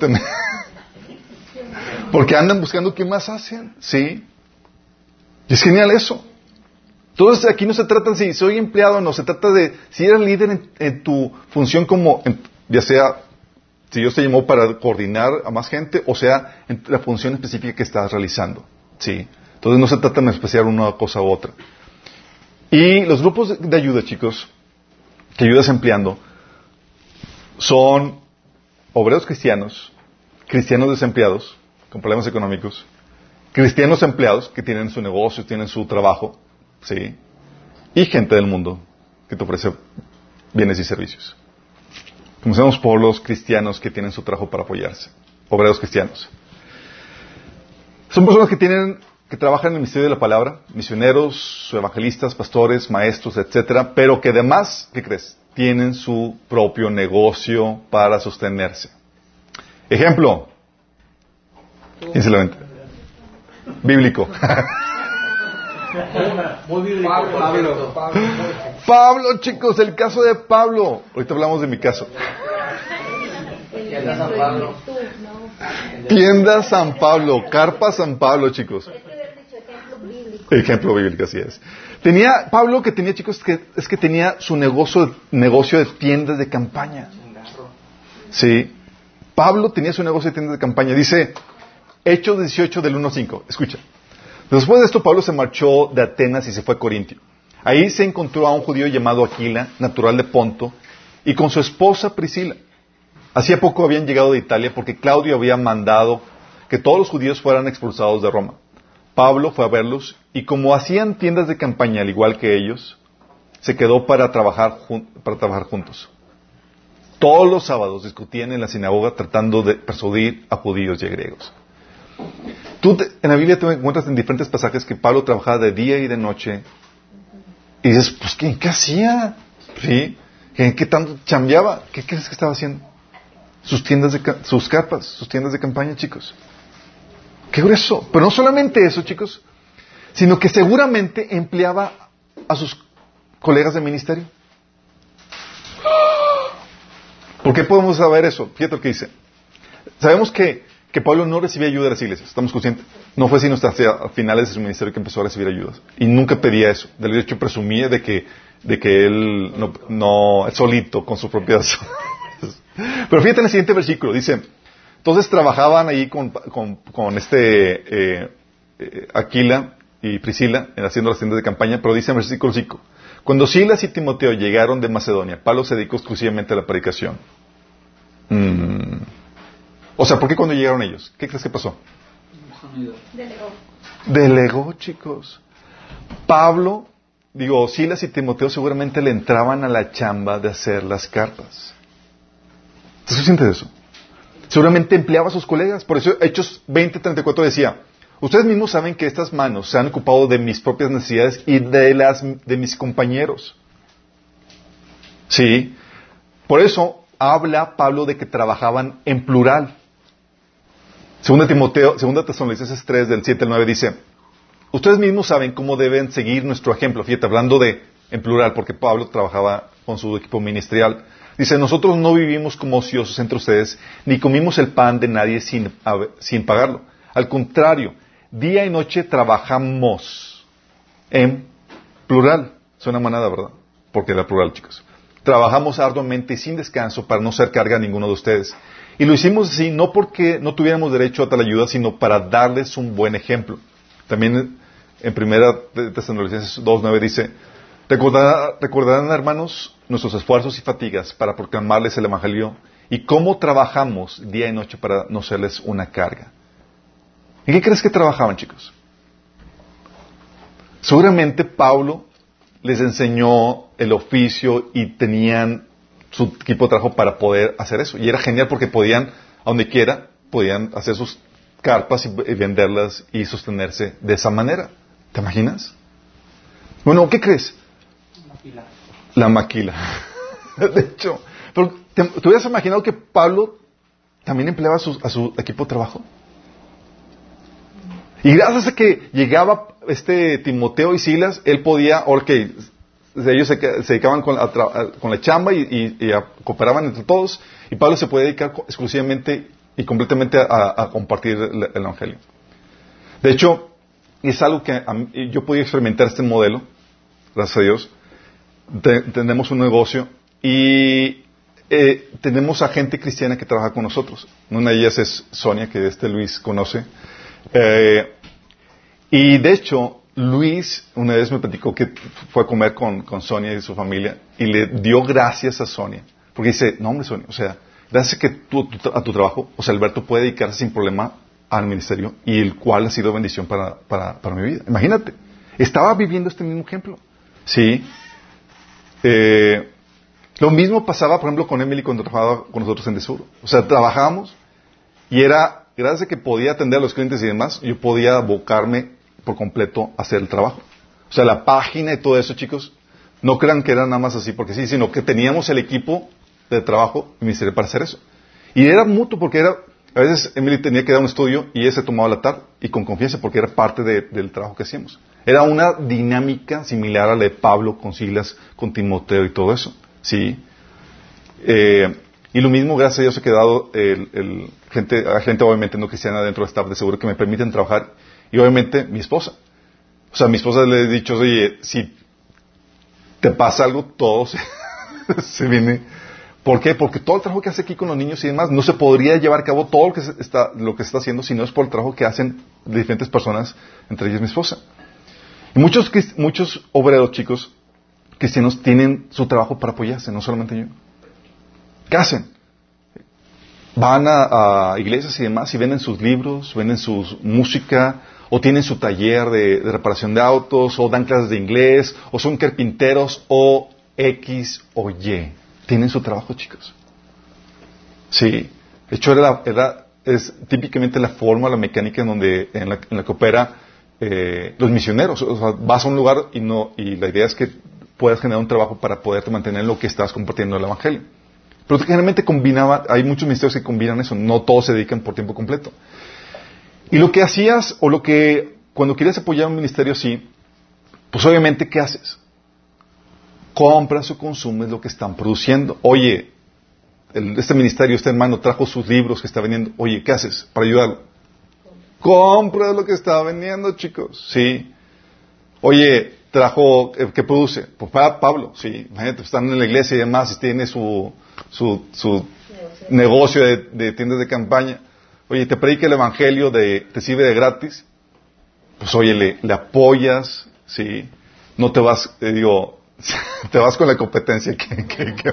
[SPEAKER 1] porque andan buscando qué más hacen, ¿sí? Y es genial eso. Entonces aquí no se trata de si soy empleado o no, se trata de si eres líder en tu función como, ya sea, si Dios te llamó para coordinar a más gente, o sea, en la función específica que estás realizando, ¿sí? Entonces no se trata de especiar una cosa u otra. Y los grupos de ayuda, chicos, que ayudas empleando, son obreros cristianos, cristianos desempleados, con problemas económicos, cristianos empleados que tienen su negocio, tienen su trabajo, ¿sí? Y gente del mundo que te ofrece bienes y servicios. Comencemos por los cristianos que tienen su trabajo para apoyarse, obreros cristianos. Son personas que trabajan en el ministerio de la palabra, misioneros, evangelistas, pastores, maestros, etcétera, pero que además, ¿qué crees? Tienen su propio negocio para sostenerse. Ejemplo, sinceramente, bíblico.
[SPEAKER 2] Muy bíblico.
[SPEAKER 1] Pablo, chicos, el caso de Pablo. Ahorita hablamos de mi caso.
[SPEAKER 2] Tienda San Pablo.
[SPEAKER 1] Tienda San Pablo, Carpa San Pablo, chicos. Ejemplo bíblico, así es. Pablo que tenía, chicos, es que tenía su negocio de tiendas de campaña. Sí. Pablo tenía su negocio de tiendas de campaña. Dice Hechos 18 del 1 al 5. Escucha. Después de esto, Pablo se marchó de Atenas y se fue a Corintio. Ahí se encontró a un judío llamado Aquila, natural de Ponto, y con su esposa Priscila. Hacía poco habían llegado de Italia porque Claudio había mandado que todos los judíos fueran expulsados de Roma. Pablo fue a verlos y como hacían tiendas de campaña al igual que ellos, se quedó para trabajar juntos. Todos los sábados discutían en la sinagoga tratando de persuadir a judíos y a griegos. En la Biblia te encuentras en diferentes pasajes que Pablo trabajaba de día y de noche. Y dices, pues, ¿qué hacía? ¿Sí? ¿Qué tanto chambeaba? ¿Qué crees que estaba haciendo? Sus carpas, sus tiendas de campaña, chicos. ¡Qué grueso! Pero no solamente eso, chicos, sino que seguramente empleaba a sus colegas de ministerio. ¿Por qué podemos saber eso? Fíjate lo que dice. Sabemos que Pablo no recibía ayuda de las iglesias, estamos conscientes. No fue sino hasta finales de su ministerio que empezó a recibir ayudas. Y nunca pedía eso. De hecho, presumía de que él no solito, con sus propias... Pero fíjate en el siguiente versículo, dice, entonces trabajaban ahí con Aquila y Priscila, haciendo las tiendas de campaña, pero dice en el versículo 5, cuando Silas y Timoteo llegaron de Macedonia, Pablo se dedicó exclusivamente a la predicación. O sea, ¿por qué cuando llegaron ellos? ¿Qué crees que pasó? Delegó, chicos. Silas y Timoteo seguramente le entraban a la chamba de hacer las cartas. ¿Estás consciente de eso? Seguramente empleaba a sus colegas. Por eso Hechos 20:34 decía, ustedes mismos saben que estas manos se han ocupado de mis propias necesidades y de mis compañeros. Sí. Por eso habla Pablo de que trabajaban en plural. Segunda Tesalonicenses 3 del 7 al 9 dice, ustedes mismos saben cómo deben seguir nuestro ejemplo. Fíjate, hablando en plural, porque Pablo trabajaba con su equipo ministerial. Dice, nosotros no vivimos como ociosos entre ustedes, ni comimos el pan de nadie sin pagarlo. Al contrario, día y noche trabajamos en plural. Suena manada, ¿verdad? Porque era plural, chicos. Trabajamos arduamente y sin descanso para no ser carga a ninguno de ustedes. Y lo hicimos así no porque no tuviéramos derecho a tal ayuda, sino para darles un buen ejemplo. También en primera Tesalonicenses 2:9 dice, recordarán, hermanos, nuestros esfuerzos y fatigas para proclamarles el Evangelio y cómo trabajamos día y noche para no serles una carga. ¿En qué crees que trabajaban, chicos? Seguramente Pablo les enseñó el oficio y tenían su equipo de trabajo para poder hacer eso. Y era genial porque podían, a donde quiera, podían hacer sus carpas y venderlas y sostenerse de esa manera. ¿Te imaginas? Bueno, ¿qué crees? La maquila. De hecho, pero ¿te hubieras imaginado que Pablo también empleaba a su equipo de trabajo? Y gracias a que llegaba Timoteo y Silas, él podía, ellos se dedicaban con la chamba y cooperaban entre todos, y Pablo se puede dedicar exclusivamente y completamente a compartir el Evangelio. De hecho, es algo que yo podía experimentar este modelo, gracias a Dios. Tenemos un negocio y tenemos a gente cristiana que trabaja con nosotros. Una de ellas es Sonia, que Luis conoce. Y de hecho, Luis una vez me platicó que fue a comer con Sonia y su familia y le dio gracias a Sonia. Porque dice, no hombre Sonia, o sea, gracias a que a tu trabajo, o sea, Alberto puede dedicarse sin problema al ministerio y el cual ha sido bendición para mi vida. Imagínate, estaba viviendo este mismo ejemplo. Sí. Lo mismo pasaba, por ejemplo, con Emily cuando trabajaba con nosotros en Desuro. O sea, trabajábamos y era, gracias a que podía atender a los clientes y demás, yo podía abocarme por completo a hacer el trabajo. O sea, la página y todo eso, chicos, no crean que era nada más así porque sí, sino que teníamos el equipo de trabajo y ministerio para hacer eso. Y era mutuo porque a veces Emily tenía que dar un estudio y ella se tomaba la tarde y con confianza porque era parte del trabajo que hacíamos. Era una dinámica similar a la de Pablo con Silas, con Timoteo y todo eso. ¿Sí? Y lo mismo, gracias a Dios, he quedado gente obviamente no cristiana dentro del staff de Seguro que me permiten trabajar. Y obviamente mi esposa. O sea, a mi esposa le he dicho, oye, si te pasa algo, todo se viene. ¿Por qué? Porque todo el trabajo que hace aquí con los niños y demás no se podría llevar a cabo todo lo que se está haciendo si no es por el trabajo que hacen diferentes personas, entre ellas mi esposa. Y muchos obreros, chicos, cristianos, tienen su trabajo para apoyarse, no solamente yo. ¿Qué hacen? Van a iglesias y demás y venden sus libros, venden su música, o tienen su taller de reparación de autos, o dan clases de inglés, o son carpinteros, o X o Y. Tienen su trabajo, chicos. Sí. De hecho, es típicamente la forma, la mecánica en la que opera los misioneros. O sea, vas a un lugar y la idea es que puedas generar un trabajo para poderte mantener en lo que estás compartiendo el Evangelio. Pero generalmente hay muchos ministerios que combinan eso, no todos se dedican por tiempo completo. Y lo que hacías, cuando querías apoyar un ministerio así, pues obviamente, ¿qué haces? Compras o consumes lo que están produciendo. Oye, este ministerio, este hermano trajo sus libros que está vendiendo. Oye, ¿qué haces para ayudarlo? Compra lo que está vendiendo, chicos. Sí. Oye, trajo, ¿qué produce? Pues Pablo, sí. Imagínate, están en la iglesia y demás y tiene su negocio de tiendas de campaña. Oye, te predica el evangelio, te sirve de gratis. Pues oye, le apoyas, sí. No te vas, te vas con la competencia que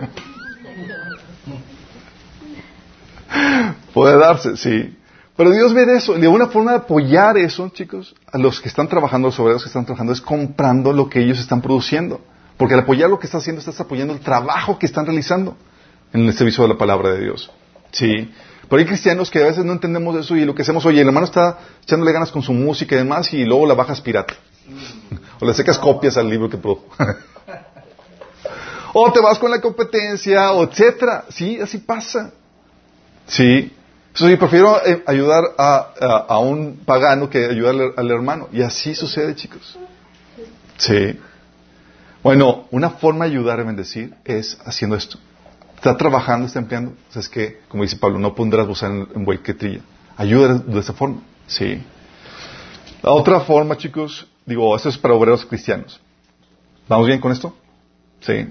[SPEAKER 1] puede darse, sí. Pero Dios ve eso. Y de una forma de apoyar eso, chicos, a los que están trabajando, los obreros que están trabajando, es comprando lo que ellos están produciendo. Porque al apoyar lo que estás haciendo, estás apoyando el trabajo que están realizando en el servicio de la palabra de Dios. Sí. Pero hay cristianos que a veces no entendemos eso y lo que hacemos, oye, el hermano está echándole ganas con su música y demás y luego la bajas pirata. O le sacas copias al libro que produjo. O te vas con la competencia, o etcétera. Sí, así pasa. Sí. Entonces, yo prefiero ayudar a un pagano que ayudar al hermano. Y así sucede, chicos. Sí. Bueno, una forma de ayudar a bendecir es haciendo esto. Está trabajando, está empleando. O sea, es que, como dice Pablo, no pondrás gusano en vuelquetrilla. Ayuda de esa forma. Sí. La otra forma, chicos, esto es para obreros cristianos. ¿Vamos bien con esto? Sí.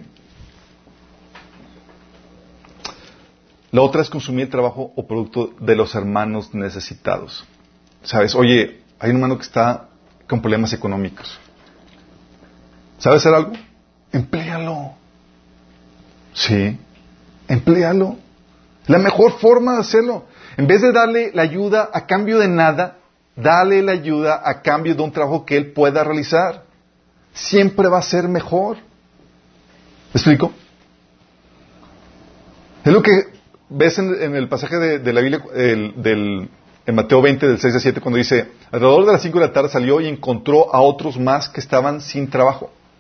[SPEAKER 1] La otra es consumir el trabajo o producto de los hermanos necesitados. ¿Sabes? Oye, hay un hermano que está con problemas económicos. ¿Sabes hacer algo? Empléalo. Sí. Empléalo. La mejor forma de hacerlo. En vez de darle la ayuda a cambio de nada, dale la ayuda a cambio de un trabajo que él pueda realizar. Siempre va a ser mejor. ¿Me explico? Es lo que ves en el pasaje de la Biblia, en Mateo 20, del 6 al 7, cuando dice, alrededor de las 5 de la tarde salió y encontró a otros más que estaban sin trabajo.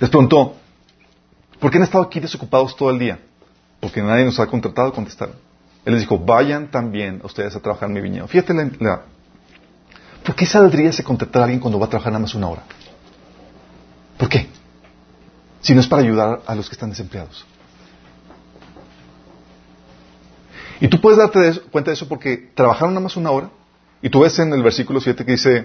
[SPEAKER 1] Les preguntó, ¿por qué han estado aquí desocupados todo el día? Porque nadie nos ha contratado, contestaron. Él les dijo, vayan también ustedes a trabajar en mi viñedo. Fíjate ¿por qué saldría ese contratar a alguien cuando va a trabajar nada más una hora? ¿Por qué? Si no es para ayudar a los que están desempleados. Y tú puedes darte cuenta de eso porque trabajaron nada más una hora. Y tú ves en el versículo 7 que dice,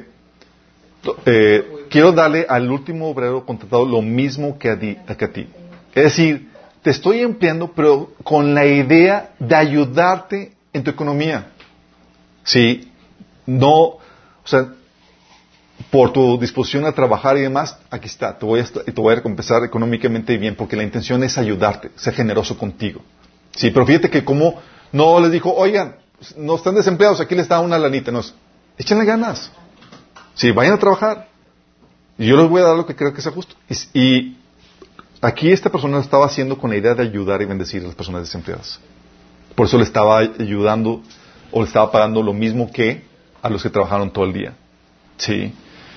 [SPEAKER 1] quiero darle al último obrero contratado lo mismo que a ti. Es decir, te estoy empleando, pero con la idea de ayudarte en tu economía. Sí, no, o sea, por tu disposición a trabajar y demás, aquí está, te voy a recompensar económicamente bien, porque la intención es ayudarte, ser generoso contigo. Sí, pero fíjate que como no les dijo, oigan, no están desempleados, aquí les da una lanita, no, échenle ganas. Sí, vayan a trabajar. Y yo les voy a dar lo que creo que sea justo. Y aquí esta persona lo estaba haciendo con la idea de ayudar y bendecir a las personas desempleadas. Por eso le estaba ayudando o le estaba pagando lo mismo que a los que trabajaron todo el día. Sí.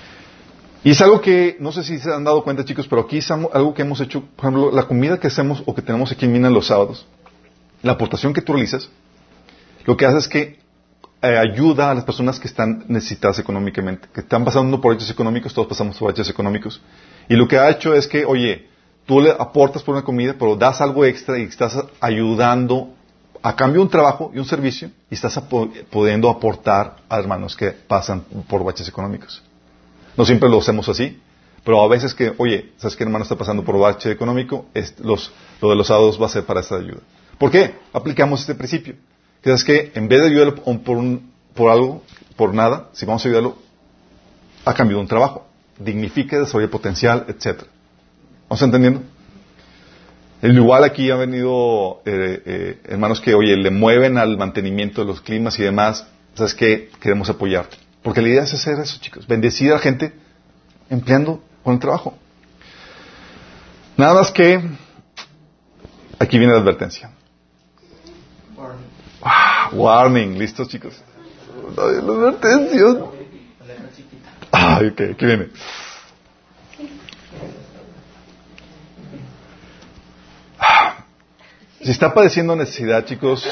[SPEAKER 1] Y es algo que, no sé si se han dado cuenta, chicos, pero aquí es algo que hemos hecho, por ejemplo, la comida que hacemos o que tenemos aquí en Mina los sábados, la aportación que tú realizas, lo que hace es que ayuda a las personas que están necesitadas económicamente, que están pasando por hechos económicos, todos pasamos por hechos económicos, y lo que ha hecho es que, oye, tú le aportas por una comida, pero das algo extra y estás ayudando a cambio de un trabajo y un servicio, y estás pudiendo aportar a hermanos que pasan por baches económicos. No siempre lo hacemos así, pero a veces que, oye, ¿sabes qué hermano está pasando por bache económico? Lo de los sábados va a ser para esa ayuda. ¿Por qué? Aplicamos este principio. Que es que en vez de ayudarlo por algo, por nada, si vamos a ayudarlo, a cambio de un trabajo, dignifique, desarrolle potencial, etc. ¿Vamos entendiendo? Igual aquí han venido hermanos que, oye, le mueven al mantenimiento de los climas y demás. ¿Sabes qué? Queremos apoyarte. Porque la idea es hacer eso, chicos. Bendecir a la gente empleando con el trabajo. Nada más que aquí viene la advertencia. Warning. ¿Listos, chicos? La advertencia. Ok, aquí viene. Si está padeciendo necesidad, chicos.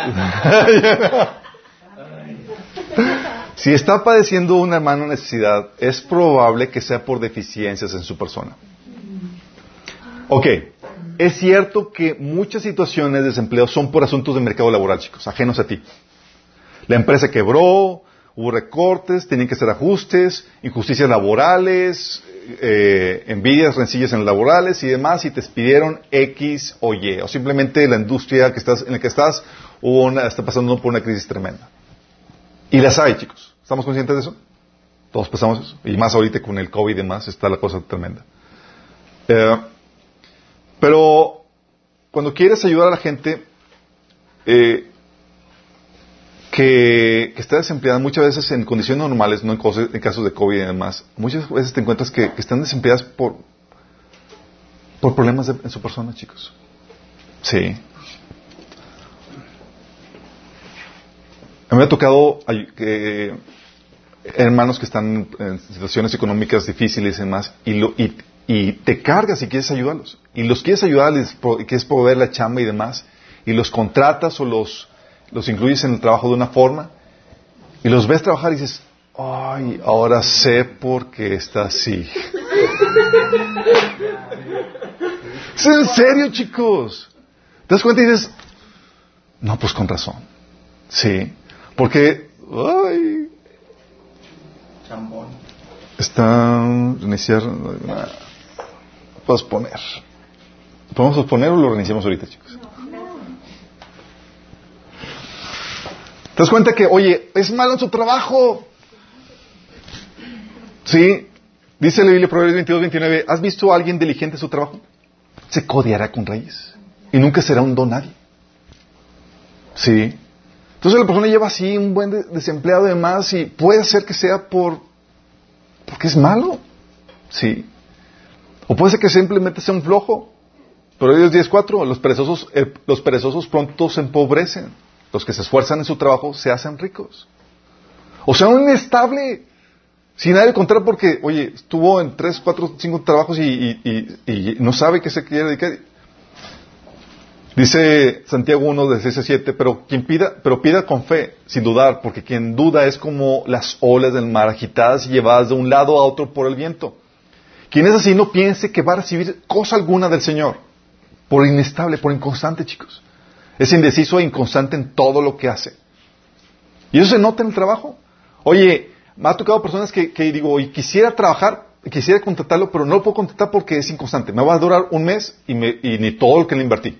[SPEAKER 1] Si está padeciendo un hermano necesidad, es probable que sea por deficiencias en su persona. Ok, es cierto que muchas situaciones de desempleo son por asuntos de mercado laboral, chicos, ajenos a ti. La empresa quebró, hubo recortes, tenían que hacer ajustes, injusticias laborales, envidias, rencillas en laborales y demás, y te despidieron X o Y, o simplemente la industria en la que estás está pasando por una crisis tremenda. Y las hay, chicos. ¿Estamos conscientes de eso? Todos pasamos eso. Y más ahorita con el COVID y demás, está la cosa tremenda. Pero cuando quieres ayudar a la gente que está desempleada, muchas veces en condiciones normales, no en casos de COVID y demás, muchas veces te encuentras que están desempleadas por problemas en su persona, chicos. Sí. A mí me ha tocado hermanos que están en situaciones económicas difíciles y demás, y te cargas y quieres ayudarlos. Y los quieres ayudar, y quieres proveer la chamba y demás, y los contratas o los incluyes en el trabajo de una forma, y los ves trabajar y dices, ay, ahora sé por qué está así. ¿Es en serio, chicos? ¿Te das cuenta y dices, no, pues con razón? Sí. Porque, ay, está reiniciar, posponer. ¿Podemos posponer o lo reiniciamos ahorita, chicos? ¿Te das cuenta que, oye, es malo en su trabajo? Sí. Dice la Biblia, Proverbios 22, 29, ¿has visto a alguien diligente en su trabajo? Se codeará con reyes y nunca será un don nadie. Sí. Entonces la persona lleva así un buen desempleado y demás, y puede ser que sea porque es malo. Sí. O puede ser que simplemente sea un flojo. Proverbios 10:4, los perezosos pronto se empobrecen. Los que se esfuerzan en su trabajo se hacen ricos. O sea, un inestable. Sin nadie contar porque, oye, estuvo en 3, 4, 5 trabajos y no sabe qué se quiere dedicar. Dice Santiago 1, de 6 a 7, pero pida con fe, sin dudar, porque quien duda es como las olas del mar agitadas y llevadas de un lado a otro por el viento. Quien es así no piense que va a recibir cosa alguna del Señor, por inestable, por inconstante, chicos. Es indeciso e inconstante en todo lo que hace. Y eso se nota en el trabajo. Oye, me ha tocado personas que digo, y quisiera trabajar, quisiera contratarlo, pero no lo puedo contratar porque es inconstante. Me va a durar un mes y ni todo lo que le invertí.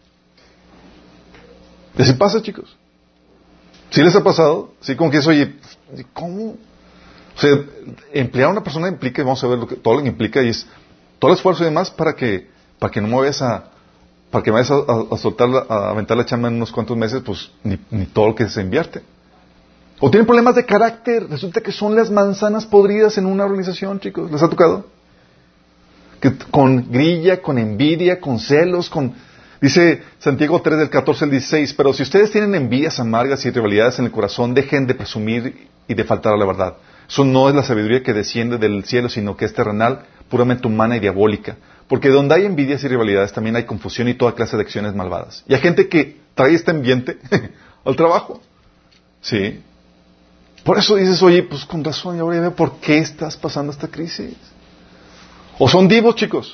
[SPEAKER 1] ¿Y así pasa, chicos? ¿Sí les ha pasado? Sí, como que es, oye, ¿cómo? O sea, emplear a una persona implica, vamos a ver todo lo que implica, y es todo el esfuerzo y demás para que no me vayas para que me vayas a soltar, a aventar la chamba en unos cuantos meses, pues ni todo lo que se invierte. O tienen problemas de carácter, resulta que son las manzanas podridas en una organización, chicos. ¿Les ha tocado? Que con grilla, con envidia, con celos, Dice Santiago 3 del 14 al 16, pero si ustedes tienen envidias amargas y rivalidades en el corazón, dejen de presumir y de faltar a la verdad. Eso no es la sabiduría que desciende del cielo, sino que es terrenal, puramente humana y diabólica. Porque donde hay envidias y rivalidades también hay confusión y toda clase de acciones malvadas. Y hay gente que trae este ambiente al trabajo. Sí. Por eso dices, oye, pues con razón, y ahora ya veo por qué estás pasando esta crisis. O son divos, chicos.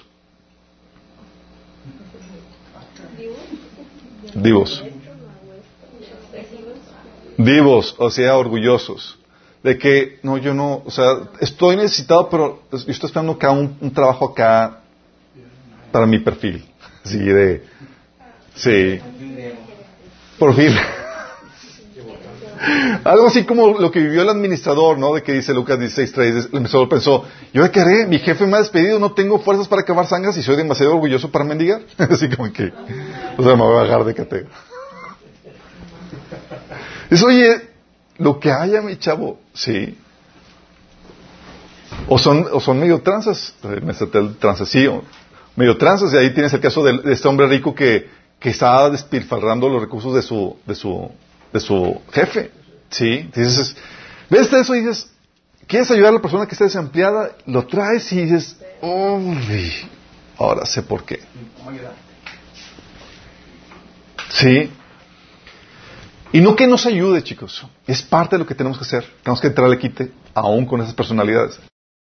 [SPEAKER 1] Divos, o sea, orgullosos. De que, no, yo no, o sea, estoy necesitado, pero yo estoy esperando acá un trabajo acá para mi perfil. Sí. Por fin. Algo así como lo que vivió el administrador, ¿no? De que dice Lucas 16:3, el administrador pensó, ¿yo qué haré? Mi jefe me ha despedido, no tengo fuerzas para acabar zangas y soy demasiado orgulloso para mendigar. Así como que, o sea, me voy a bajar de categoría. Eso, oye, lo que haya, mi chavo, sí. O son medio tranzas, sí, o medio tranzas, y ahí tienes el caso de este hombre rico que está despilfarrando los recursos de su jefe. Sí, dices, ves eso y dices, quieres ayudar a la persona que está desempleada, lo traes y dices, uy, ahora sé por qué. Sí. Y no que nos ayude, chicos, es parte de lo que tenemos que hacer. Tenemos que entrarle quite aún con esas personalidades.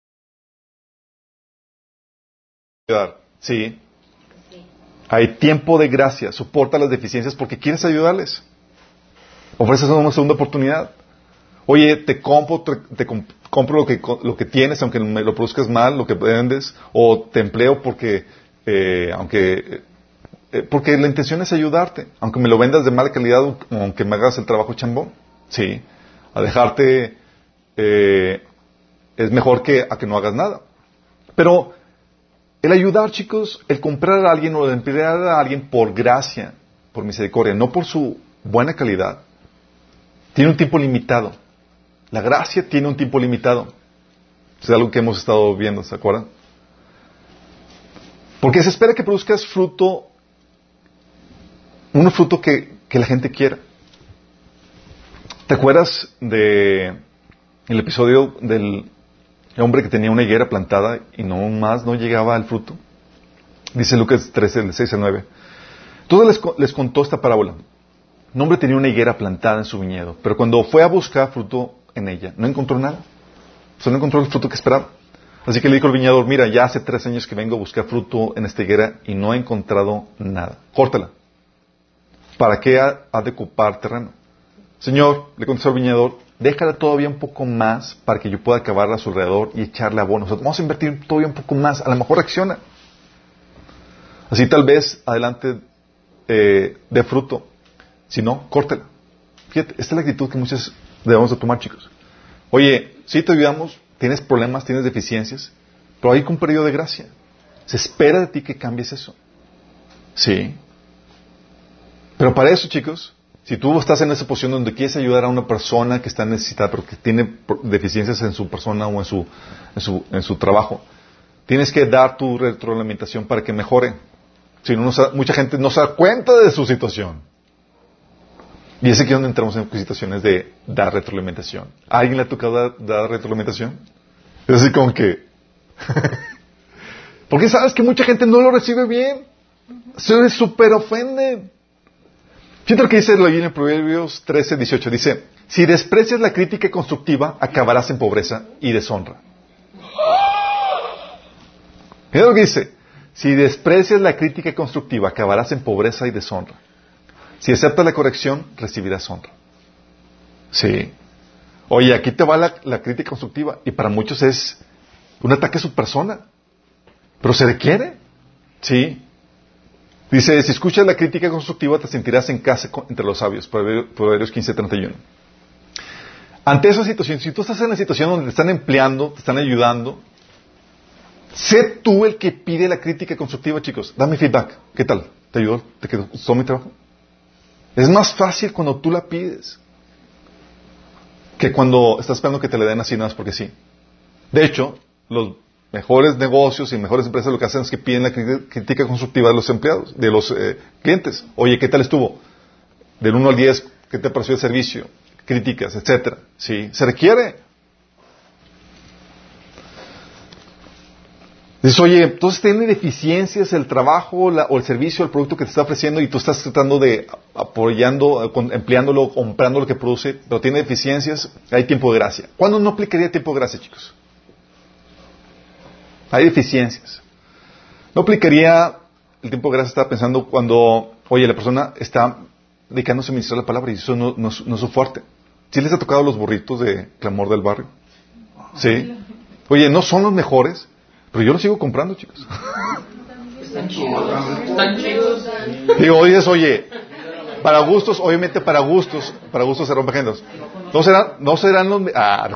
[SPEAKER 1] Sí. Hay tiempo de gracia, soporta las deficiencias porque quieres ayudarles. Ofreces una segunda oportunidad. Oye, te compro lo que tienes, aunque me lo produzcas mal, lo que vendes, o te empleo porque la intención es ayudarte, aunque me lo vendas de mala calidad, aunque me hagas el trabajo chambón. Sí, a dejarte es mejor a que no hagas nada. Pero el ayudar, chicos, el comprar a alguien o el emplear a alguien por gracia, por misericordia, no por su buena calidad, tiene un tiempo limitado. La gracia tiene un tiempo limitado. Es algo que hemos estado viendo, ¿se acuerdan? Porque se espera que produzcas fruto, un fruto que la gente quiera. ¿Te acuerdas el episodio del hombre que tenía una higuera plantada y no llegaba al fruto? Dice Lucas 13, del 6 al 9. Entonces les contó esta parábola. Un hombre tenía una higuera plantada en su viñedo, pero cuando fue a buscar fruto en ella, no encontró nada. O sea, no encontró el fruto que esperaba. Así que le dijo al viñador, mira, ya hace 3 años que vengo a buscar fruto en esta higuera y no he encontrado nada. Córtala. ¿Para qué ha de ocupar terreno? Señor, le contestó el viñador, déjala todavía un poco más para que yo pueda acabarla a su alrededor y echarle abono. O sea, vamos a invertir todavía un poco más. A lo mejor reacciona. Así tal vez adelante de fruto. Si no, córtela. Fíjate, esta es la actitud que muchos debemos de tomar, chicos. Oye, si te ayudamos, tienes problemas, tienes deficiencias, pero hay un periodo de gracia. Se espera de ti que cambies eso. Sí. Pero para eso, chicos, si tú estás en esa posición donde quieres ayudar a una persona que está necesitada, pero que tiene deficiencias en su persona o en su trabajo, tienes que dar tu retroalimentación para que mejore. Si no, mucha gente no se da cuenta de su situación. Y es aquí donde entramos en situaciones de dar retroalimentación. ¿A alguien le ha tocado dar retroalimentación? Es así como que... Porque sabes que mucha gente no lo recibe bien. Se súper ofenden. Fíjate lo que dice la Biblia en Proverbios 13:18. Dice, si desprecias la crítica constructiva, acabarás en pobreza y deshonra. Mira lo que dice. Si desprecias la crítica constructiva, acabarás en pobreza y deshonra. Si aceptas la corrección, recibirás honra. Sí. Oye, aquí te va la crítica constructiva. Y para muchos es un ataque a su persona. Pero se requiere. Sí. Dice, si escuchas la crítica constructiva, te sentirás en casa entre los sabios. Proverbios 15:31. Ante esa situación, si tú estás en la situación donde te están empleando, te están ayudando, sé tú el que pide la crítica constructiva, chicos. Dame feedback. ¿Qué tal? ¿Te ayudó? ¿Te gustó mi trabajo? Es más fácil cuando tú la pides que cuando estás esperando que te le den así nada más porque sí. De hecho, los mejores negocios y mejores empresas lo que hacen es que piden la crítica constructiva de los empleados, de los clientes. Oye, ¿qué tal estuvo? Del 1 al 10, ¿qué te pareció el servicio? Críticas, etcétera. Sí, se requiere. Dices, oye, entonces tiene deficiencias el trabajo o el servicio, el producto que te está ofreciendo y tú estás tratando de apoyando, empleándolo, comprando lo que produce, pero tiene deficiencias, hay tiempo de gracia. ¿Cuándo no aplicaría tiempo de gracia, chicos? Hay deficiencias. No aplicaría el tiempo de gracia, estaba pensando cuando, oye, la persona está dedicándose a ministrar la palabra y eso no es su fuerte. ¿Sí les ha tocado los burritos de clamor del barrio? Sí. Oye, no son los mejores, pero yo los sigo comprando, chicos.
[SPEAKER 2] Están chidos. Están chidos.
[SPEAKER 1] Digo, oye, para gustos, obviamente para gustos se rompen géneros. No serán los...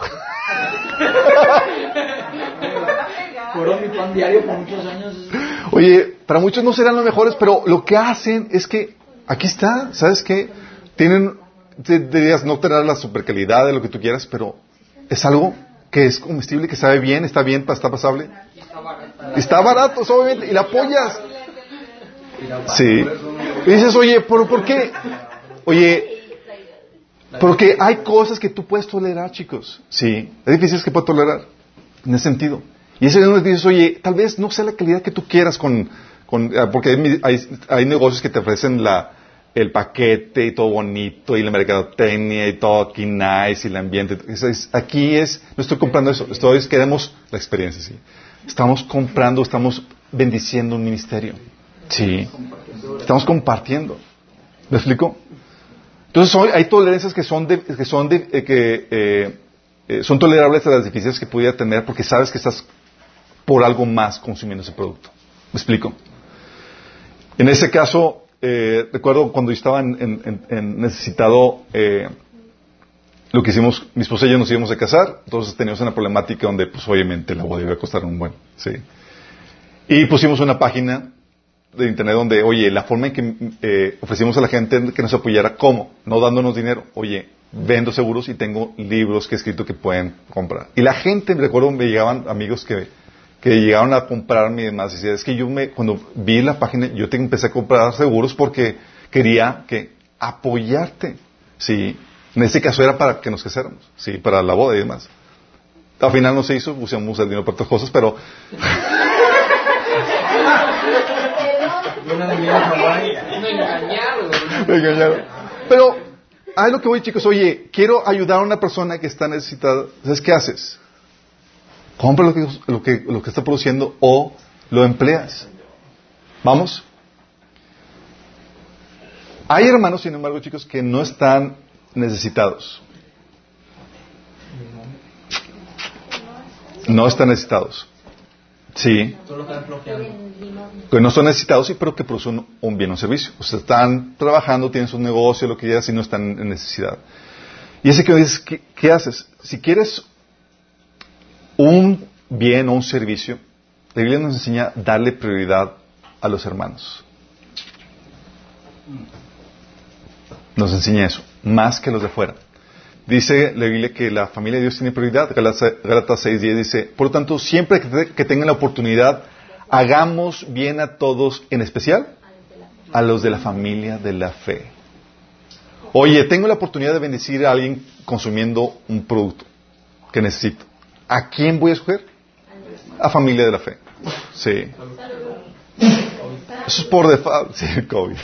[SPEAKER 2] Fueron mi pan diario por muchos años.
[SPEAKER 1] Oye, para muchos no serán los mejores, pero lo que hacen es que, aquí está, ¿sabes qué? Deberías no tener la supercalidad de lo que tú quieras, pero es algo que es comestible, que sabe bien, está pasable. Está barato, obviamente, y la apoyas. Sí. Y dices, oye, ¿por qué? Oye, porque hay cosas que tú puedes tolerar, chicos. Sí. Hay difíciles que puedes tolerar, en ese sentido. Y ese donde dices, oye, tal vez no sea la calidad que tú quieras porque hay negocios que te ofrecen el paquete y todo bonito y la mercadotecnia y todo aquí nice y el ambiente. Aquí no estoy comprando eso, queremos la experiencia, sí. Estamos bendiciendo un ministerio. Sí. Estamos compartiendo. ¿Me explico? Entonces hay tolerancias que son tolerables a las deficiencias que pudiera tener porque sabes que estás por algo más consumiendo ese producto. ¿Me explico? En ese caso, recuerdo cuando yo estaba en necesitado, lo que hicimos, mi esposa y yo nos íbamos a casar, entonces teníamos una problemática donde, pues obviamente, la boda iba a costar un buen, sí. Y pusimos una página de internet donde, oye, la forma en que ofrecimos a la gente que nos apoyara, ¿cómo? No dándonos dinero. Oye, vendo seguros y tengo libros que he escrito que pueden comprar. Y la gente, recuerdo, me llegaban amigos que llegaron a comprarme y demás. Decía, es que cuando vi la página, yo empecé a comprar seguros porque quería apoyarte. Sí. En este caso era para que nos casáramos. Sí, para la boda y demás. Al final no se hizo, usamos el dinero para otras cosas, pero... Me engañaron. Pero, a lo que voy, chicos, oye, quiero ayudar a una persona que está necesitada. ¿Sabes qué haces? Compra lo que está produciendo o lo empleas. ¿Vamos? Hay hermanos, sin embargo, chicos, que no están necesitados. No están necesitados. Sí. Que no son necesitados, sí, pero que producen un bien o servicio. O sea, están trabajando, tienen su negocio, lo que quieras, y no están en necesidad. Y ese que me dices, ¿qué haces? Si quieres un bien o un servicio, la Biblia nos enseña darle prioridad a los hermanos. Nos enseña eso, más que los de afuera. Dice la Biblia que la familia de Dios tiene prioridad. Gálatas 6:10 dice, por lo tanto, siempre que tengan la oportunidad, hagamos bien a todos, en especial a los de la familia de la fe. Oye, tengo la oportunidad de bendecir a alguien consumiendo un producto que necesito. ¿a quién voy a escoger? A familia de la fe. Sí. Eso es por default. Sí, el COVID.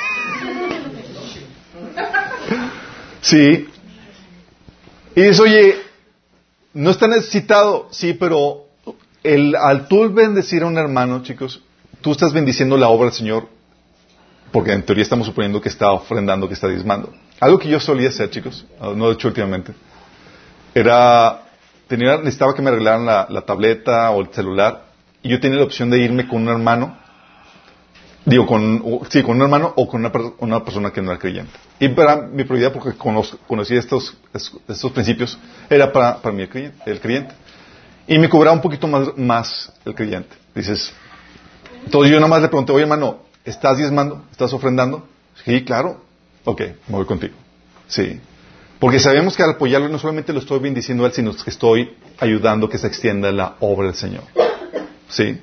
[SPEAKER 1] Sí. Y dices, oye, no está necesitado. Sí, pero al tú bendecir a un hermano, chicos, tú estás bendiciendo la obra del Señor, porque en teoría estamos suponiendo que está ofrendando, que está diezmando. Algo que yo solía hacer, chicos, no lo he hecho últimamente, necesitaba que me arreglaran la tableta o el celular, y yo tenía la opción de irme con un hermano, con un hermano o con una persona que no era creyente. Y para mi prioridad, porque conocía estos principios, era para mí el creyente. Y me cobraba un poquito más el creyente. Dices, entonces yo nada más le pregunté, oye hermano, ¿estás diezmando? ¿Estás ofrendando? Sí, claro. Ok, me voy contigo. Sí. Porque sabemos que al apoyarlo no solamente lo estoy bendiciendo a él, sino que estoy ayudando que se extienda la obra del Señor. Sí.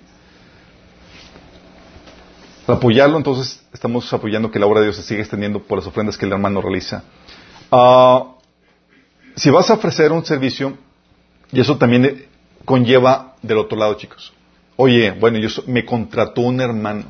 [SPEAKER 1] Al apoyarlo, entonces, estamos apoyando que la obra de Dios se siga extendiendo por las ofrendas que el hermano realiza. Si vas a ofrecer un servicio, y eso también conlleva del otro lado, chicos. Oye, bueno, me contrató un hermano.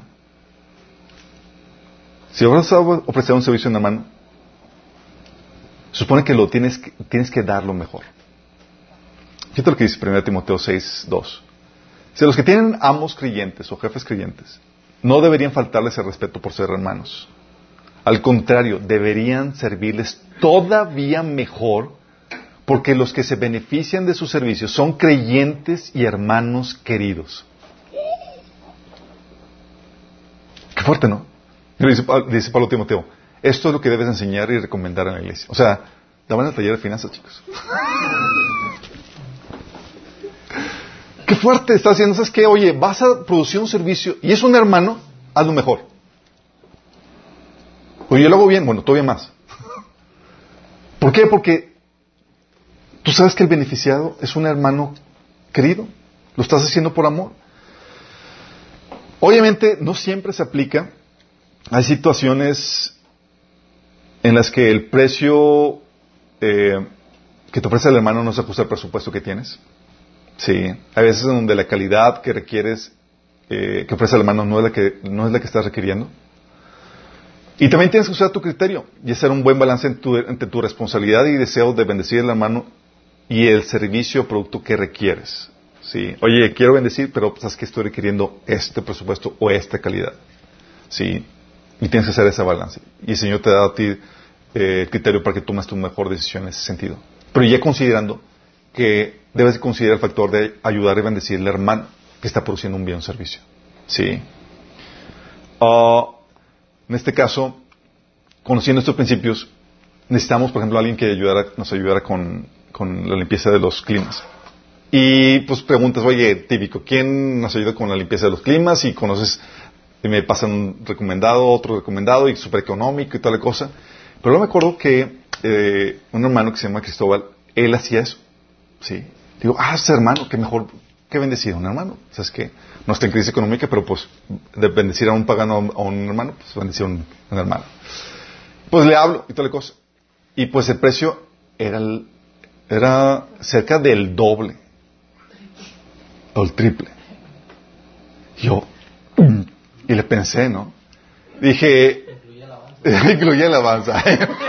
[SPEAKER 1] Si vas a ofrecer un servicio a un hermano, se supone que tienes que dar lo mejor. Fíjate lo que dice 1 Timoteo 6:2. Si los que tienen amos creyentes o jefes creyentes no deberían faltarles el respeto por ser hermanos. Al contrario, deberían servirles todavía mejor, porque los que se benefician de sus servicios son creyentes y hermanos queridos. Qué fuerte, ¿no? Dice Pablo a Timoteo, esto es lo que debes enseñar y recomendar en la iglesia. O sea, daban el taller de finanzas, chicos. Qué fuerte está haciendo. ¿Sabes qué? Oye, vas a producir un servicio y es un hermano, haz lo mejor. Oye, yo lo hago bien, bueno, todavía más. ¿Por qué? Porque tú sabes que el beneficiado es un hermano querido. Lo estás haciendo por amor. Obviamente, no siempre se aplica. Hay situaciones en las que el precio que te ofrece el hermano no se ajusta al presupuesto que tienes. Sí. Hay veces en donde la calidad que requieres, que ofrece el hermano, no es la que estás requiriendo. Y también tienes que usar tu criterio y hacer un buen balance entre tu responsabilidad y deseo de bendecir al hermano y el servicio o producto que requieres. Sí. Oye, quiero bendecir, pero sabes que estoy requiriendo este presupuesto o esta calidad. Sí. Y tienes que hacer ese balance. Y el Señor te da a ti el criterio para que tomes tu mejor decisión en ese sentido. Pero ya considerando que debes considerar el factor de ayudar y bendecir al hermano que está produciendo un bien servicio. Sí. En este caso, conociendo estos principios, necesitamos, por ejemplo, alguien que nos ayudara con la limpieza de los climas. Y pues preguntas, oye, típico, ¿quién nos ayuda con la limpieza de los climas? Y conoces, y me pasan un recomendado, otro recomendado, y súper económico y tal cosa. Pero yo me acuerdo que un hermano que se llama Cristóbal, él hacía eso. Sí. Digo, ese hermano, qué mejor que bendecir a un hermano. O sea, es que no está en crisis económica, pero pues de bendecir a un pagano a un hermano, pues bendecir a un hermano. Pues le hablo y toda la cosa. Y pues el precio era cerca del doble. O el triple. Y le pensé, ¿no? Dije, incluía alabanza.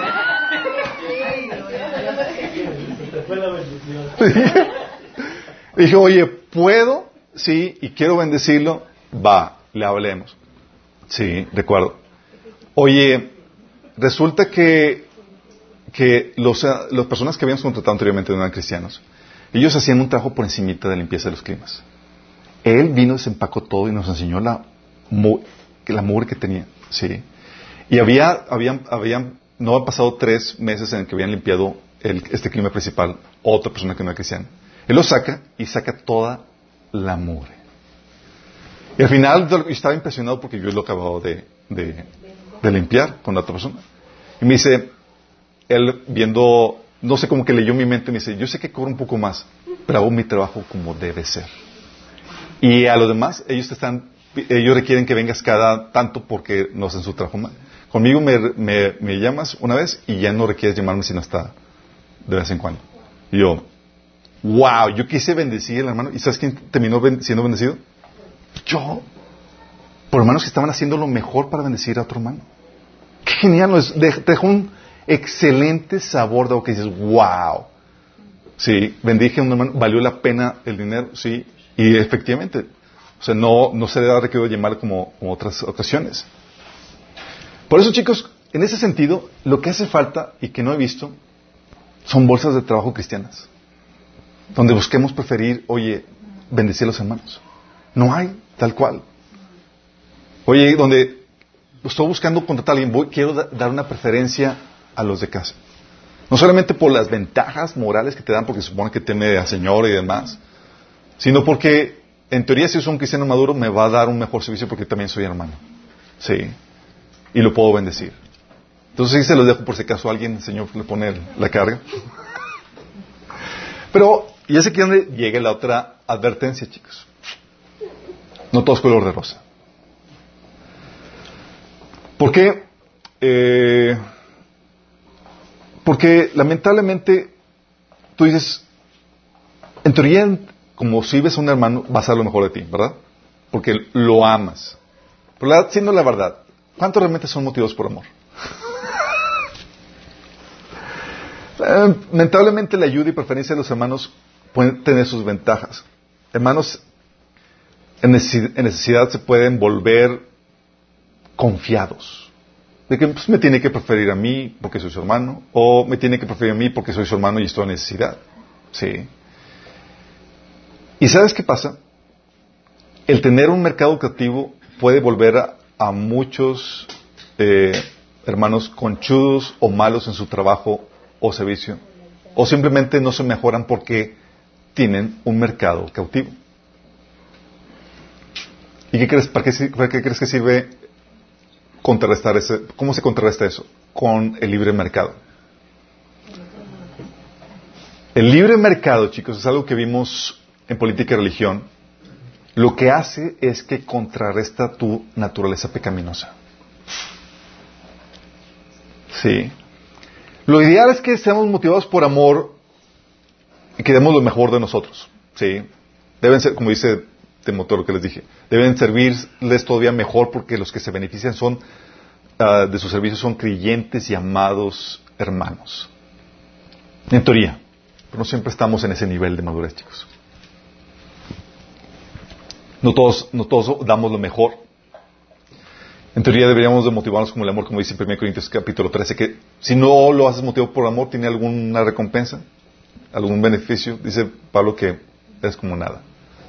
[SPEAKER 1] Dije, oye, ¿puedo? Sí, y quiero bendecirlo. Va, le hablemos. Sí, de acuerdo. Oye, resulta que las personas que habíamos contratado anteriormente no eran cristianos. Ellos hacían un trabajo por encimita de limpieza de los climas. Él vino, desempacó todo y nos enseñó la mugre que tenía. Sí. Y no han pasado 3 meses en que habían limpiado este clima principal otra persona que no era cristiana. Él lo saca y saca toda la mugre. Y al final yo estaba impresionado porque yo lo acababa de limpiar con la otra persona. Y me dice, él viendo, no sé, como que leyó mi mente, me dice, yo sé que cobro un poco más, pero hago mi trabajo como debe ser. Y a los demás, ellos requieren que vengas cada tanto porque no hacen su trabajo mal. Conmigo me llamas una vez y ya no requieres llamarme sino hasta de vez en cuando. Y yo, wow, yo quise bendecir al hermano. ¿Y sabes quién terminó siendo bendecido? Yo. Por hermanos que estaban haciendo lo mejor para bendecir a otro hermano. Qué genial, ¿no? Te dejó un excelente sabor de boca que dices, wow. Sí, bendije a un hermano, valió la pena el dinero, sí. Y efectivamente, o sea, no se le ha requerido llamar como otras ocasiones. Por eso, chicos, en ese sentido, lo que hace falta y que no he visto son bolsas de trabajo cristianas, donde busquemos preferir, oye, bendecir a los hermanos. No hay, tal cual. Oye, donde estoy buscando contratar a alguien, quiero dar una preferencia a los de casa. No solamente por las ventajas morales que te dan, porque se supone que teme al Señor y demás, sino porque, en teoría, si soy un cristiano maduro, me va a dar un mejor servicio porque también soy hermano. Sí. Y lo puedo bendecir. Entonces, sí se los dejo por si acaso alguien, el Señor le pone la carga. Pero, y es aquí donde llega la otra advertencia, chicos. No todo es color de rosa. ¿Por qué? Porque lamentablemente tú dices, en teoría, como si ves a un hermano, vas a dar lo mejor de ti, ¿verdad? Porque lo amas. Pero siendo la verdad, ¿cuántos realmente son motivados por amor? Lamentablemente la ayuda y preferencia de los hermanos pueden tener sus ventajas. Hermanos en necesidad se pueden volver confiados. De que pues, me tiene que preferir a mí porque soy su hermano, o me tiene que preferir a mí porque soy su hermano y estoy en necesidad. Sí. ¿Y sabes qué pasa? El tener un mercado cautivo puede volver a muchos hermanos conchudos o malos en su trabajo o servicio, o simplemente no se mejoran porque tienen un mercado cautivo. ¿Y qué crees? ¿Para qué crees que sirve contrarrestar ese? ¿Cómo se contrarresta eso? Con el libre mercado. El libre mercado, chicos, es algo que vimos en política y religión. Lo que hace es que contrarresta tu naturaleza pecaminosa. Sí. Lo ideal es que seamos motivados por amor y que demos lo mejor de nosotros. Sí. Deben ser, como dice Timoteo, lo que les dije, deben servirles todavía mejor porque los que se benefician son de sus servicios son creyentes y amados hermanos. En teoría. Pero no siempre estamos en ese nivel de madurez, chicos. No todos damos lo mejor. En teoría deberíamos de motivarnos como el amor, como dice en 1 Corintios capítulo 13, que si no lo haces motivado por amor, ¿tiene alguna recompensa? ¿Algún beneficio? Dice Pablo que es como nada.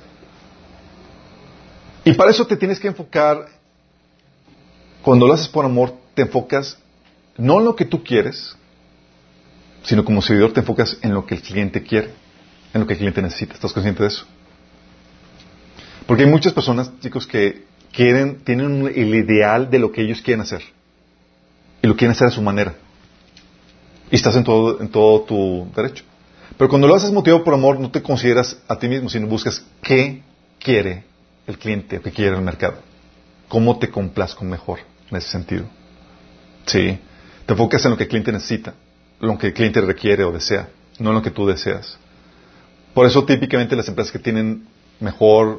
[SPEAKER 1] Y para eso te tienes que enfocar, cuando lo haces por amor, te enfocas no en lo que tú quieres, sino como servidor te enfocas en lo que el cliente quiere, en lo que el cliente necesita. ¿Estás consciente de eso? Porque hay muchas personas, chicos, que tienen el ideal de lo que ellos quieren hacer. Y lo quieren hacer a su manera. Y estás en todo tu derecho. Pero cuando lo haces motivado por amor, no te consideras a ti mismo, sino buscas qué quiere el cliente, qué quiere el mercado. Cómo te complazco mejor en ese sentido. Sí. Te enfocas en lo que el cliente necesita, lo que el cliente requiere o desea, no en lo que tú deseas. Por eso típicamente las empresas que tienen mejor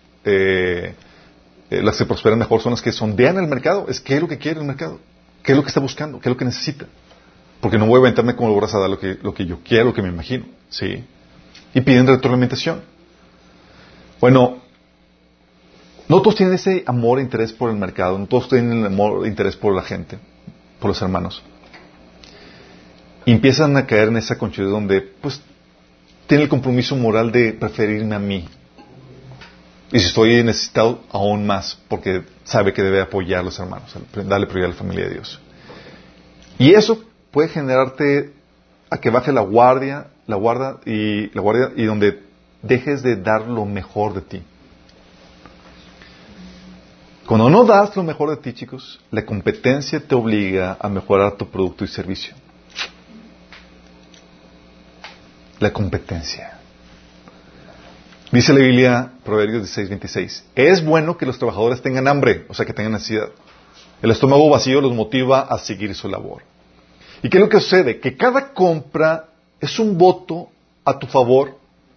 [SPEAKER 1] las que prosperan mejor son las que sondean el mercado. Es qué es lo que quiere el mercado, qué es lo que está buscando, qué es lo que necesita. Porque no voy a aventarme como logras a dar lo que yo quiero, lo que me imagino. ¿Sí? Y piden retroalimentación. Bueno, no todos tienen ese amor e interés por el mercado, no todos tienen el amor e interés por la gente, por los hermanos. Y empiezan a caer en esa conchudez donde, pues, tienen el compromiso moral de preferirme a mí. Y si estoy necesitado, aún más, porque sabe que debe apoyar a los hermanos, darle prioridad a la familia de Dios. Y eso puede generarte a que baje la guardia y donde dejes de dar lo mejor de ti. Cuando no das lo mejor de ti, chicos, la competencia te obliga a mejorar tu producto y servicio. La competencia. Dice la Biblia, Proverbios 16:26, es bueno que los trabajadores tengan hambre, o sea, que tengan necesidad. El estómago vacío los motiva a seguir su labor. ¿Y qué es lo que sucede? Que cada compra es un voto a tu favor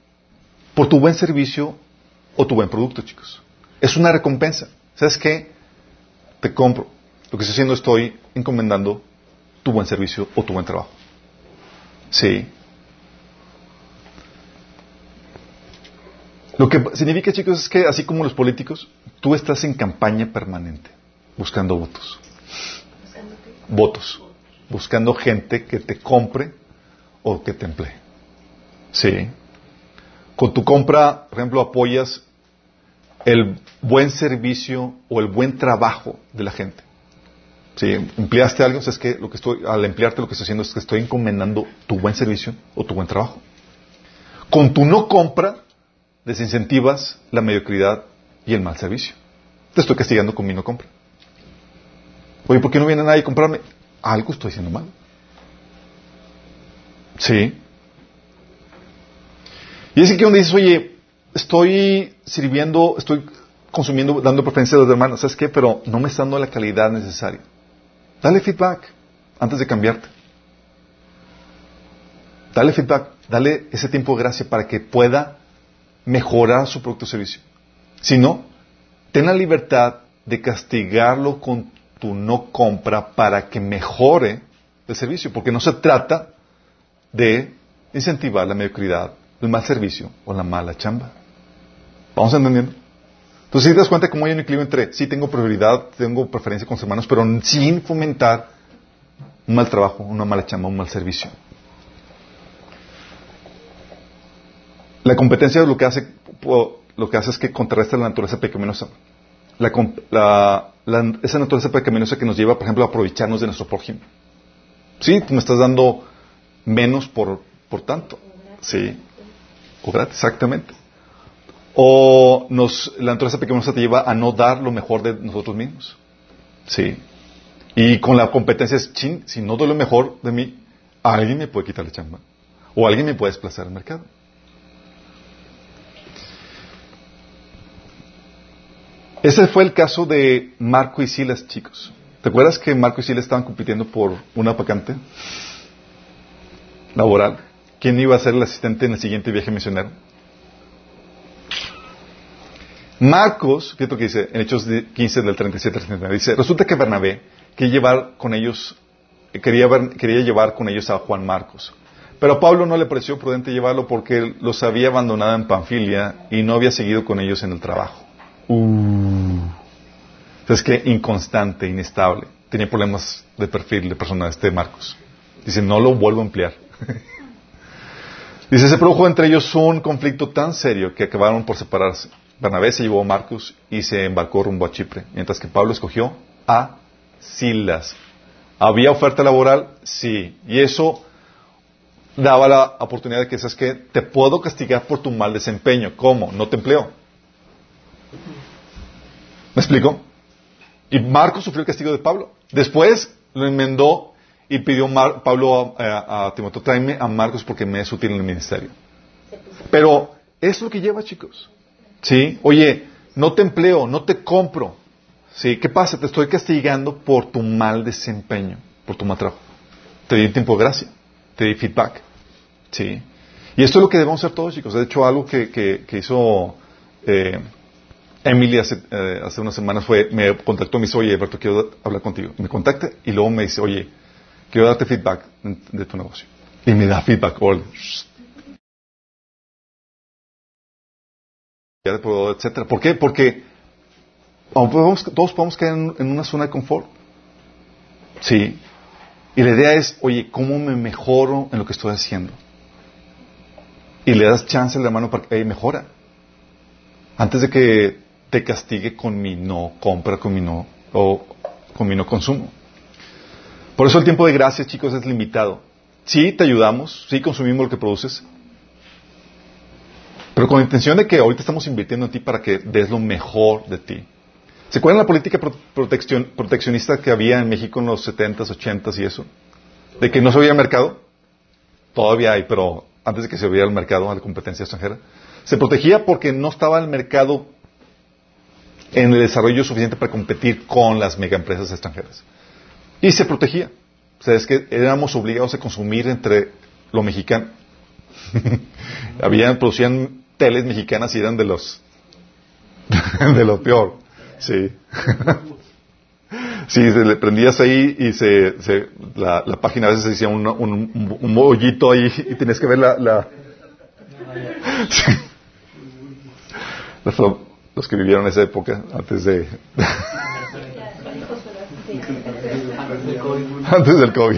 [SPEAKER 1] por tu buen servicio o tu buen producto, chicos. Es una recompensa. ¿Sabes qué? Te compro. Lo que estoy haciendo, estoy encomendando tu buen servicio o tu buen trabajo. Sí. Lo que significa, chicos, es que así como los políticos, tú estás en campaña permanente, buscando votos. Votos. Buscando gente que te compre o que te emplee. Sí. Con tu compra, por ejemplo, apoyas el buen servicio o el buen trabajo de la gente. Si empleaste algo, es que al emplearte lo que estoy haciendo es que estoy encomendando tu buen servicio o tu buen trabajo. Con tu no compra, desincentivas la mediocridad y el mal servicio. Te estoy castigando con mi no compra. Oye, ¿por qué no viene nadie a comprarme? Algo estoy haciendo mal. Sí. Y es aquí donde dices, oye, estoy sirviendo, estoy consumiendo, dando preferencia a los hermanos, ¿sabes qué? Pero no me está dando la calidad necesaria. Dale feedback antes de cambiarte. Dale feedback, dale ese tiempo de gracia para que pueda mejorar su producto o servicio. Si no, ten la libertad de castigarlo con tu no compra para que mejore el servicio, porque no se trata de incentivar la mediocridad, el mal servicio o la mala chamba. ¿Vamos entendiendo? Entonces, si te das cuenta cómo hay un equilibrio entre, sí tengo prioridad, tengo preferencia con los hermanos, pero sin fomentar un mal trabajo, una mala chamba, un mal servicio. La competencia lo que hace es que contrarresta la naturaleza pecaminosa. Esa naturaleza pecaminosa que nos lleva, por ejemplo, a aprovecharnos de nuestro prójimo. Sí, tú me estás dando menos por tanto. Sí. O gratis, exactamente. O la naturaleza pecaminosa te lleva a no dar lo mejor de nosotros mismos. Sí. Y con la competencia es, si no doy lo mejor de mí, alguien me puede quitar la chamba. O alguien me puede desplazar al mercado. Ese fue el caso de Marco y Silas, chicos. ¿Te acuerdas que Marco y Silas estaban compitiendo por una vacante laboral? ¿Quién iba a ser el asistente en el siguiente viaje misionero? Marcos, fíjate lo que dice en Hechos 15 del 37 al 39, dice, resulta que Bernabé quería llevar con ellos a Juan Marcos. Pero a Pablo no le pareció prudente llevarlo porque los había abandonado en Panfilia y no había seguido con ellos en el trabajo. Es que inconstante, inestable. Tenía problemas de perfil de persona Marcos. Dice, no lo vuelvo a emplear. Dice, se produjo entre ellos un conflicto tan serio que acabaron por separarse. Bernabé se llevó a Marcos y se embarcó rumbo a Chipre, mientras que Pablo escogió a Silas. ¿Había oferta laboral? Sí. Y eso daba la oportunidad de que, ¿sabes qué? Te puedo castigar por tu mal desempeño. ¿Cómo? No te empleo. ¿Me explico? Y Marcos sufrió el castigo de Pablo. Después lo enmendó y pidió Pablo a Timoteo, tráeme a Marcos porque me es útil en el ministerio. Pero es lo que lleva, chicos. ¿Sí? Oye, no te empleo, no te compro. ¿Sí? ¿Qué pasa? Te estoy castigando por tu mal desempeño, por tu mal trabajo. Te di tiempo de gracia, te di feedback. ¿Sí? Y esto es lo que debemos hacer todos, chicos. De hecho, algo que hizo Emily hace unas semanas me contactó y me dice, oye, Alberto, quiero hablar contigo. Me contacta y luego me dice, oye, quiero darte feedback de tu negocio. Y me da feedback, etcétera. ¿Por qué? Porque todos podemos caer en una zona de confort. Sí. Y la idea es, oye, ¿cómo me mejoro en lo que estoy haciendo? Y le das chance a la mano para que mejora. Antes de que te castigue con mi no compra, con mi no consumo. Por eso el tiempo de gracia, chicos, es limitado. Sí, te ayudamos, sí consumimos lo que produces, pero con la intención de que ahorita estamos invirtiendo en ti para que des lo mejor de ti. ¿Se acuerdan la política proteccionista que había en México en los 70s, 80s y eso? ¿De que no se abría el mercado? Todavía hay, pero antes de que se abriera el mercado a la competencia extranjera. Se protegía porque no estaba el mercado en el desarrollo suficiente para competir con las megaempresas extranjeras. Y se protegía. O sea, es que éramos obligados a consumir entre lo mexicano. Producían teles mexicanas y eran de los de lo peor. Sí. Sí, le prendías ahí y la página a veces se hacía un hoyito ahí y tenías que ver sí. Los que vivieron esa época antes antes del COVID.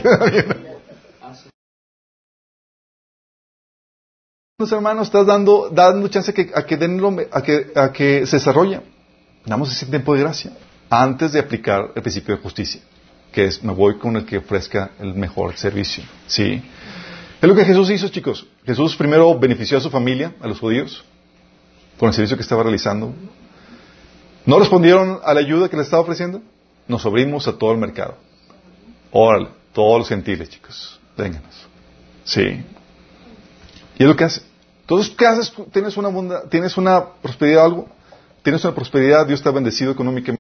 [SPEAKER 1] Los hermanos, estás dando chance a que se desarrolle. Damos ese tiempo de gracia antes de aplicar el principio de justicia, que es, me voy con el que ofrezca el mejor servicio. ¿Sí? Es lo que Jesús hizo, chicos. Jesús primero benefició a su familia, a los judíos, con el servicio que estaba realizando. ¿No respondieron a la ayuda que les estaba ofreciendo? Nos abrimos a todo el mercado. Órale, todos los gentiles, chicos. Vénganos. Sí. Y es lo que hace. Entonces, ¿qué haces? ¿Tienes una prosperidad algo? ¿Tienes una prosperidad? ¿Dios te ha bendecido económicamente?